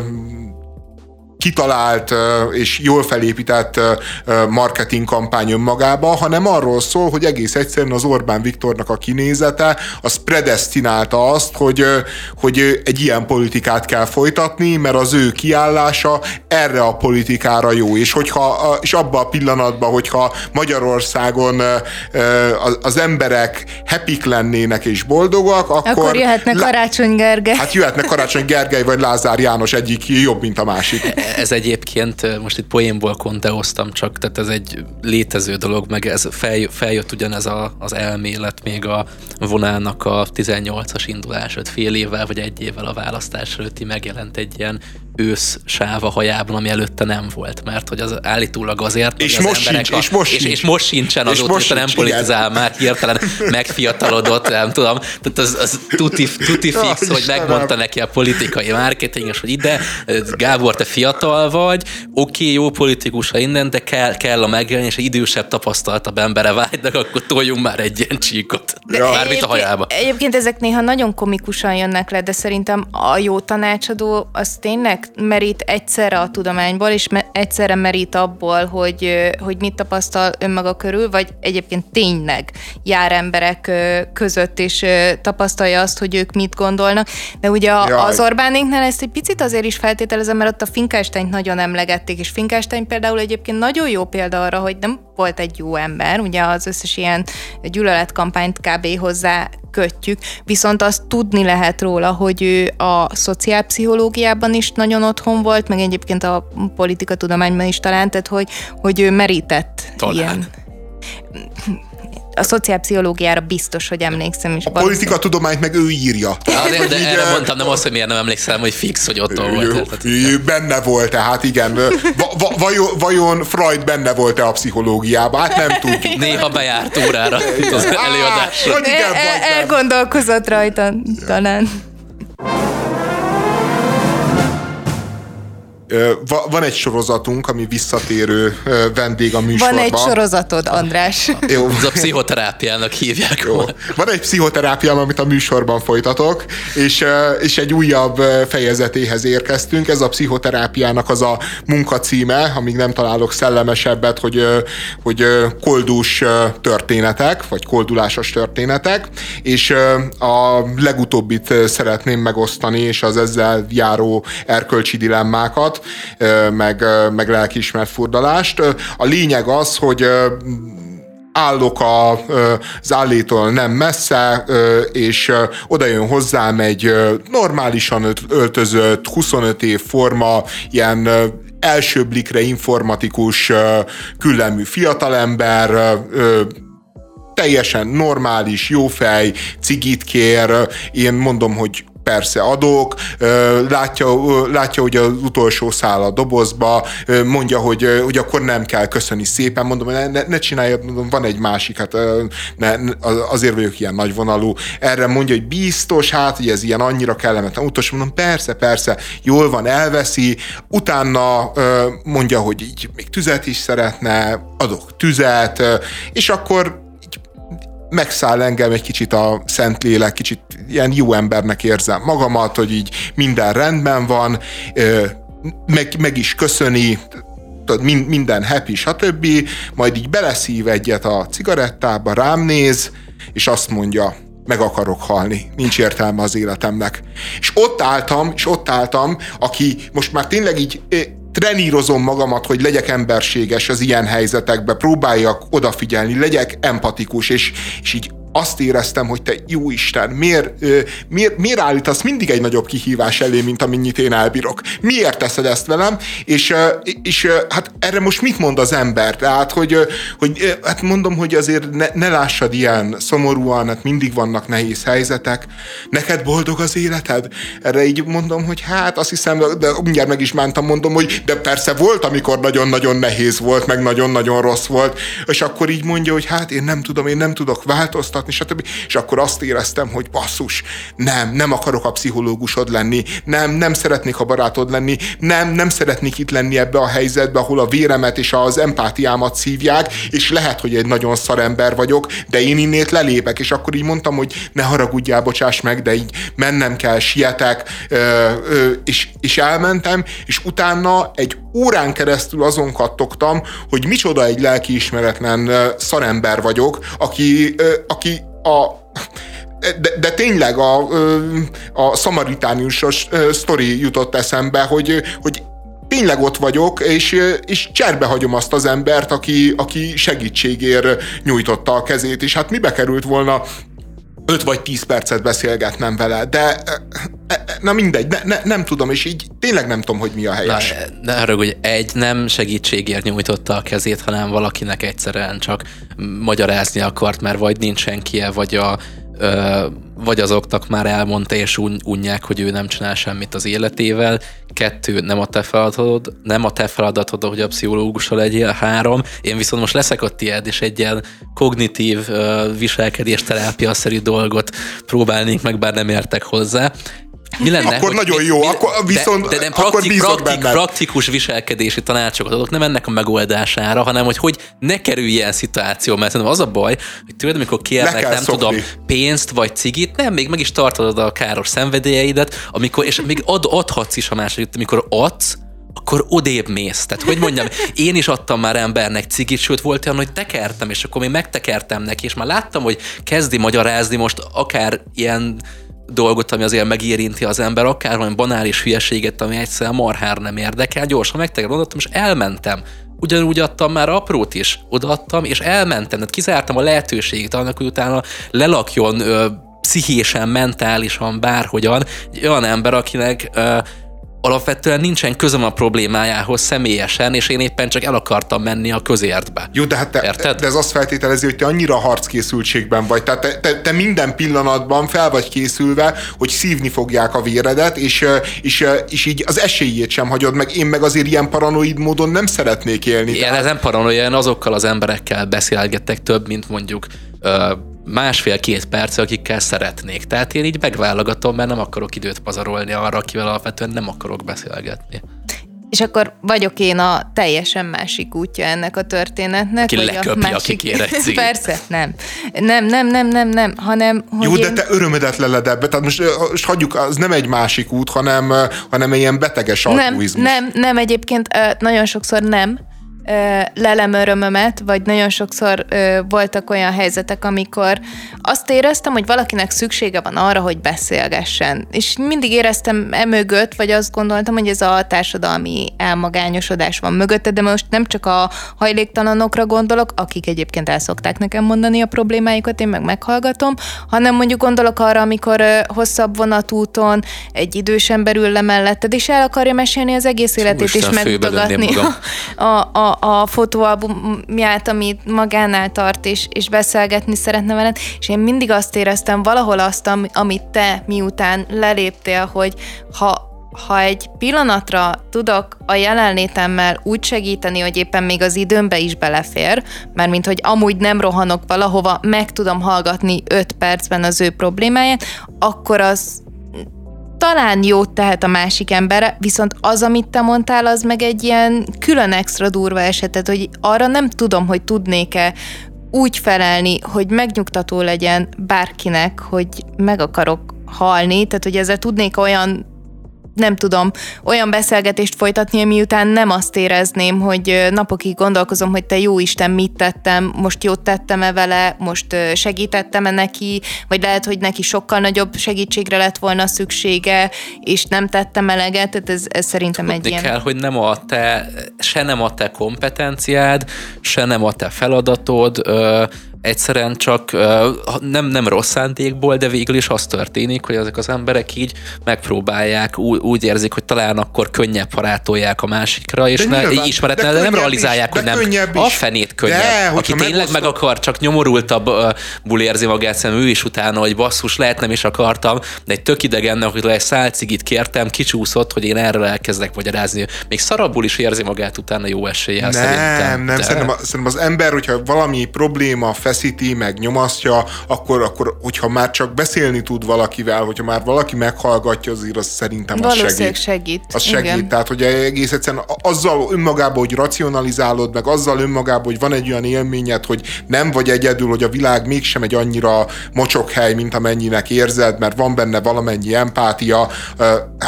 S1: kitalált és jól felépített marketing kampány önmagába, hanem arról szól, hogy egész egyszerűen az Orbán Viktornak a kinézete az predesztinálta azt, hogy egy ilyen politikát kell folytatni, mert az ő kiállása erre a politikára jó. És abban a pillanatban, hogyha Magyarországon az emberek happyk lennének és boldogak, akkor
S3: jöhetne Karácsony Gergely.
S1: Hát jöhetne Karácsony Gergely vagy Lázár János, egyik jobb, mint a másik.
S2: Ez egyébként, most itt poénból konteoztam csak, tehát ez egy létező dolog, meg ez feljött ugyanez az elmélet még a vonának a 18-as indulás 5 fél évvel, vagy 1 évvel a választás előtti megjelent egy ilyen ősz sáv a hajában, ami előtte nem volt, mert hogy az állítólag azért,
S1: és
S2: hogy az
S1: most
S2: emberek
S1: sincs,
S2: és most sincsen, azóta nem politizál már, hirtelen megfiatalodott, nem tudom, tehát az tuti fix, hogy megmondta neki a politikai marketinges, hogy ide, Gábor, te fiatal vagy, oké, jó politikus innen, de kell a megjelenés, egy idősebb, tapasztaltabb embere vágynak, akkor toljunk már egy ilyen csíkot. Mármint a hajába.
S3: Egyébként ezek néha nagyon komikusan jönnek le, de szerintem a jó tanácsadó az tényleg merít egyszerre a tudományból, és egyszerre merít abból, hogy mit tapasztal önmaga körül, vagy egyébként tényleg jár emberek között, és tapasztalja azt, hogy ők mit gondolnak. De ugye az Orbánéknál ezt egy picit azért is feltételezem, mert ott a Finkelsteint nagyon emlegették, és Finkelstein például egyébként nagyon jó példa arra, hogy nem volt egy jó ember, ugye az összes ilyen gyűlöletkampányt kb. Hozzá kötjük, viszont azt tudni lehet róla, hogy ő a szociálpszichológiában is nagyon otthon volt, meg egyébként a politikatudományban is talán, tehát hogy ő merített
S2: talán. Ilyen.
S3: A szociálpszichológiára biztos, hogy emlékszem is.
S1: A politikatudományt meg ő írja.
S2: De erre mondtam, nem azt, hogy miért nem emlékszem, hogy fix, hogy ott volt.
S1: Benne volt, tehát igen. Vajon Freud benne volt-e a pszichológiában? Hát nem tudjuk.
S2: Néha bejárt órára az előadásra.
S3: Elgondolkozott rajta, talán.
S1: Van egy sorozatunk, ami visszatérő vendég a műsorban.
S3: Van egy sorozatod, András.
S1: Jó.
S2: Ez a pszichoterápiának hívják.
S1: Jó. Van egy pszichoterápiám, amit a műsorban folytatok, és egy újabb fejezetéhez érkeztünk. Ez a pszichoterápiának az a munkacíme, amíg nem találok szellemesebbet, hogy koldus történetek, vagy koldulásos történetek, és a legutóbbit szeretném megosztani, és az ezzel járó erkölcsi dilemmákat, meg lelkiismert furdalást. A lényeg az, hogy állok az állétól nem messze, és oda jön hozzám egy normálisan öltözött, 25 év forma, ilyen első blikre informatikus, küllemű fiatalember, teljesen normális, jófej, cigit kér, én mondom, hogy persze adok, látja, hogy az utolsó szál a dobozba, mondja, hogy akkor nem kell, köszöni szépen, mondom, ne csináljad, mondom, van egy másik, hát azért vagyok ilyen nagyvonalú. Erre mondja, hogy biztos, hát, hogy ez ilyen annyira kellemetlen utolsó, mondom, persze, jól van, elveszi, utána mondja, hogy így még tüzet is szeretne, adok tüzet, és akkor megszáll engem egy kicsit a Szentlélek, kicsit ilyen jó embernek érzem magamat, hogy így minden rendben van, meg is köszöni, minden happy, stb. Majd így beleszív egyet a cigarettába, rám néz, és azt mondja, meg akarok halni, nincs értelme az életemnek. És ott álltam, aki most már tényleg így trenírozom magamat, hogy legyek emberséges az ilyen helyzetekbe, próbáljak odafigyelni, legyek empatikus, és így azt éreztem, hogy te jó Isten, miért állítasz mindig egy nagyobb kihívás elé, mint amennyit én elbírok? Miért teszed ezt velem? És hát erre most mit mond az ember? Tehát, hogy hát mondom, hogy azért ne lássad ilyen szomorúan, hát mindig vannak nehéz helyzetek. Neked boldog az életed? Erre így mondom, hogy hát azt hiszem, de mindjárt meg is bántam, mondom, hogy de persze volt, amikor nagyon-nagyon nehéz volt, meg nagyon-nagyon rossz volt, és akkor így mondja, hogy hát én nem tudok változtatni, stb. És akkor azt éreztem, hogy basszus, nem akarok a pszichológusod lenni, nem szeretnék a barátod lenni, nem szeretnék itt lenni ebbe a helyzetbe, ahol a véremet és az empátiámat szívják, és lehet, hogy egy nagyon szarember vagyok, de én innét lelépek, és akkor így mondtam, hogy ne haragudjál, bocsáss meg, de így mennem kell, sietek, és elmentem, és utána egy órán keresztül azon kattogtam, hogy micsoda egy lelkiismeretlen szarember vagyok, aki de tényleg a szamaritániusos sztori jutott eszembe, hogy tényleg ott vagyok, és cserbe hagyom azt az embert, aki segítségért nyújtotta a kezét, és hát mibe került volna 5 vagy 10 percet beszélgetnem vele, de Na mindegy, nem tudom, és így tényleg nem tudom, hogy mi a helyes.
S2: Ne arra, hogy nem segítségért nyújtotta a kezét, hanem valakinek egyszerűen csak magyarázni akart, mert vagy nincs senkie, vagy azoknak már elmondta, és unják, hogy ő nem csinál semmit az életével. 2, nem a te feladatod, hogy a pszichológussal legyél. 3, én viszont most leszek a tiéd, és egy ilyen kognitív viselkedésterápia-szerű dolgot próbálnék meg, bár nem értek hozzá. Mi lenne,
S1: akkor nagyon jó, akkor viszont
S2: de nem
S1: akkor bízok benned.
S2: praktikus viselkedési tanácsokat adok, nem ennek a megoldására, hanem hogy ne kerülj ilyen szituáció, mert az a baj, hogy tudod, amikor kérnek, nem tudom, pénzt vagy cigit, nem, még meg is tartod a káros szenvedélyeidet, és még adhatsz is a második, amikor adsz, akkor odébb mész. Tehát, hogy mondjam, én is adtam már embernek cigit, sőt volt olyan, hogy tekertem, és akkor még megtekertem neki, és már láttam, hogy kezdi magyarázni most akár ilyen dolgot, ami azért megérinti az ember, akár olyan banális hülyeséget, ami egyszerűen marhára nem érdekel, gyorsan megtekertem, és elmentem. Ugyanúgy adtam már aprót is, odaadtam, és elmentem, tehát kizártam a lehetőséget annak, hogy utána lelakjon pszichésen, mentálisan, bárhogyan egy olyan ember, akinek alapvetően nincsen közöm a problémájához személyesen, és én éppen csak el akartam menni a közértbe.
S1: Jó, de hát de ez azt feltételezi, hogy te annyira harckészültségben vagy. Tehát te minden pillanatban fel vagy készülve, hogy szívni fogják a véredet, és így az esélyét sem hagyod meg. Én meg azért ilyen paranoid módon nem szeretnék élni.
S2: Én nem paranoia, én azokkal az emberekkel beszélgetek több, mint mondjuk 1,5-2 perc, akikkel szeretnék. Tehát én így megválogatom, mert nem akarok időt pazarolni arra, akivel alapvetően nem akarok beszélgetni.
S3: És akkor vagyok én a teljesen másik útja ennek a történetnek.
S2: Ki leköpi, aki kér egy cigit.
S3: Persze, nem, hanem... Hogy
S1: jó, de te örömödet leled ebbe, tehát most hagyjuk, az nem egy másik út, hanem ilyen beteges altruizmus.
S3: Nem, egyébként nagyon sokszor nem. Lelem örömömet, vagy nagyon sokszor voltak olyan helyzetek, amikor azt éreztem, hogy valakinek szüksége van arra, hogy beszélgessen. És mindig éreztem emögött, vagy azt gondoltam, hogy ez a társadalmi elmagányosodás van mögötte, de most nem csak a hajléktalanokra gondolok, akik egyébként el szokták nekem mondani a problémáikat, én meg meghallgatom, hanem mondjuk gondolok arra, amikor hosszabb vonatúton egy idős ember ül le melletted, és el akarja mesélni az egész életét, és megmutogatni a fotóalbumját, amit magánál tart, és beszélgetni szeretne veled, és én mindig azt éreztem, valahol azt, amit te miután leléptél, hogy ha egy pillanatra tudok a jelenlétemmel úgy segíteni, hogy éppen még az időmbe is belefér, mert mint hogy amúgy nem rohanok valahova, meg tudom hallgatni 5 percben az ő problémáját, akkor az talán jót tehet a másik emberre, viszont az, amit te mondtál, az meg egy ilyen külön extra durva esetet, hogy arra nem tudom, hogy tudnék-e úgy felelni, hogy megnyugtató legyen bárkinek, hogy meg akarok halni, tehát hogy ezzel tudnék olyan beszélgetést folytatni, miután nem azt érezném, hogy napokig gondolkozom, hogy te jó Isten, mit tettem, most jót tettem-e vele, most segítettem-e neki, vagy lehet, hogy neki sokkal nagyobb segítségre lett volna szüksége, és nem tettem eleget, tehát ez szerintem
S2: tudni
S3: egy ilyen...
S2: kell, hogy nem a te kompetenciád, se nem a te feladatod, egyszerűen csak nem rossz szándékból, de végül is az történik, hogy ezek az emberek így megpróbálják, úgy érzik, hogy talán akkor könnyebb, ha rátolják a másikra, és ismeretlen, de nem realizálják, hogy nem. A fenét könnyebb. Aki tényleg meg akar, csak nyomorultabbul érzi magát, szerintem ő is utána, hogy basszus, lehet nem is akartam, de egy tök idegennek, hogy egy szálcigit kértem, kicsúszott, hogy én erről elkezdek magyarázni. Még szarabbul is érzi magát utána jó eséllyel szerintem.
S1: Nem, szerintem az ember, hogyha valami probléma feszíti, meg nyomasztja, akkor hogyha már csak beszélni tud valakivel, hogyha már valaki meghallgatja, azért az szerintem az segít. Az segít. Igen. Tehát, hogy egész egyszerűen azzal önmagában, hogy racionalizálod, meg azzal önmagában, hogy van egy olyan élményed, hogy nem vagy egyedül, hogy a világ mégsem egy annyira mocsokhely, mint amennyinek érzed, mert van benne valamennyi empátia.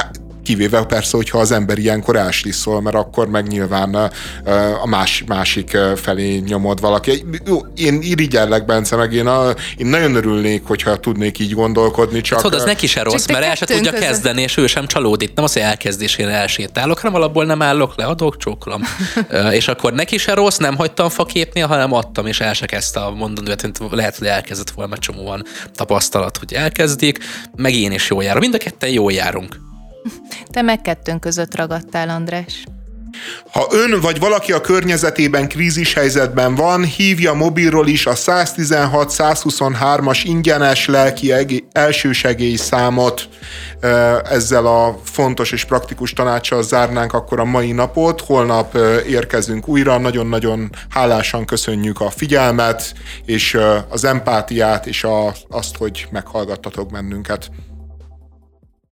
S1: kivéve persze, hogyha az ember ilyenkor elslisszol, mert akkor meg nyilván a másik felé nyomod valaki. Én irigyellek, Bence, meg én nagyon örülnék, hogyha tudnék így gondolkodni, csak...
S2: Tudod, az neki se rossz, mert el se tudja kezdeni, és ő sem csalódik. Nem az, hogy elkezdésére elsétálok, hanem alapból nem állok le, adok, csókolom. És akkor neki se rossz, nem hagytam faképnél, hanem adtam, és el se kezdte a mondani, lehet, hogy elkezdett volna, csomóan tapasztalat, hogy elkezdik, meg én is jól járok. Mind a ketten jól járunk.
S3: Te meg kettőnk között ragadtál, András.
S1: Ha ön vagy valaki a környezetében krízishelyzetben van, hívja mobilról is a 116-123-as ingyenes lelki elsősegély számot. Ezzel a fontos és praktikus tanácssal zárnánk akkor a mai napot. Holnap érkezünk újra. Nagyon-nagyon hálásan köszönjük a figyelmet, és az empátiát, és azt, hogy meghallgattatok bennünket.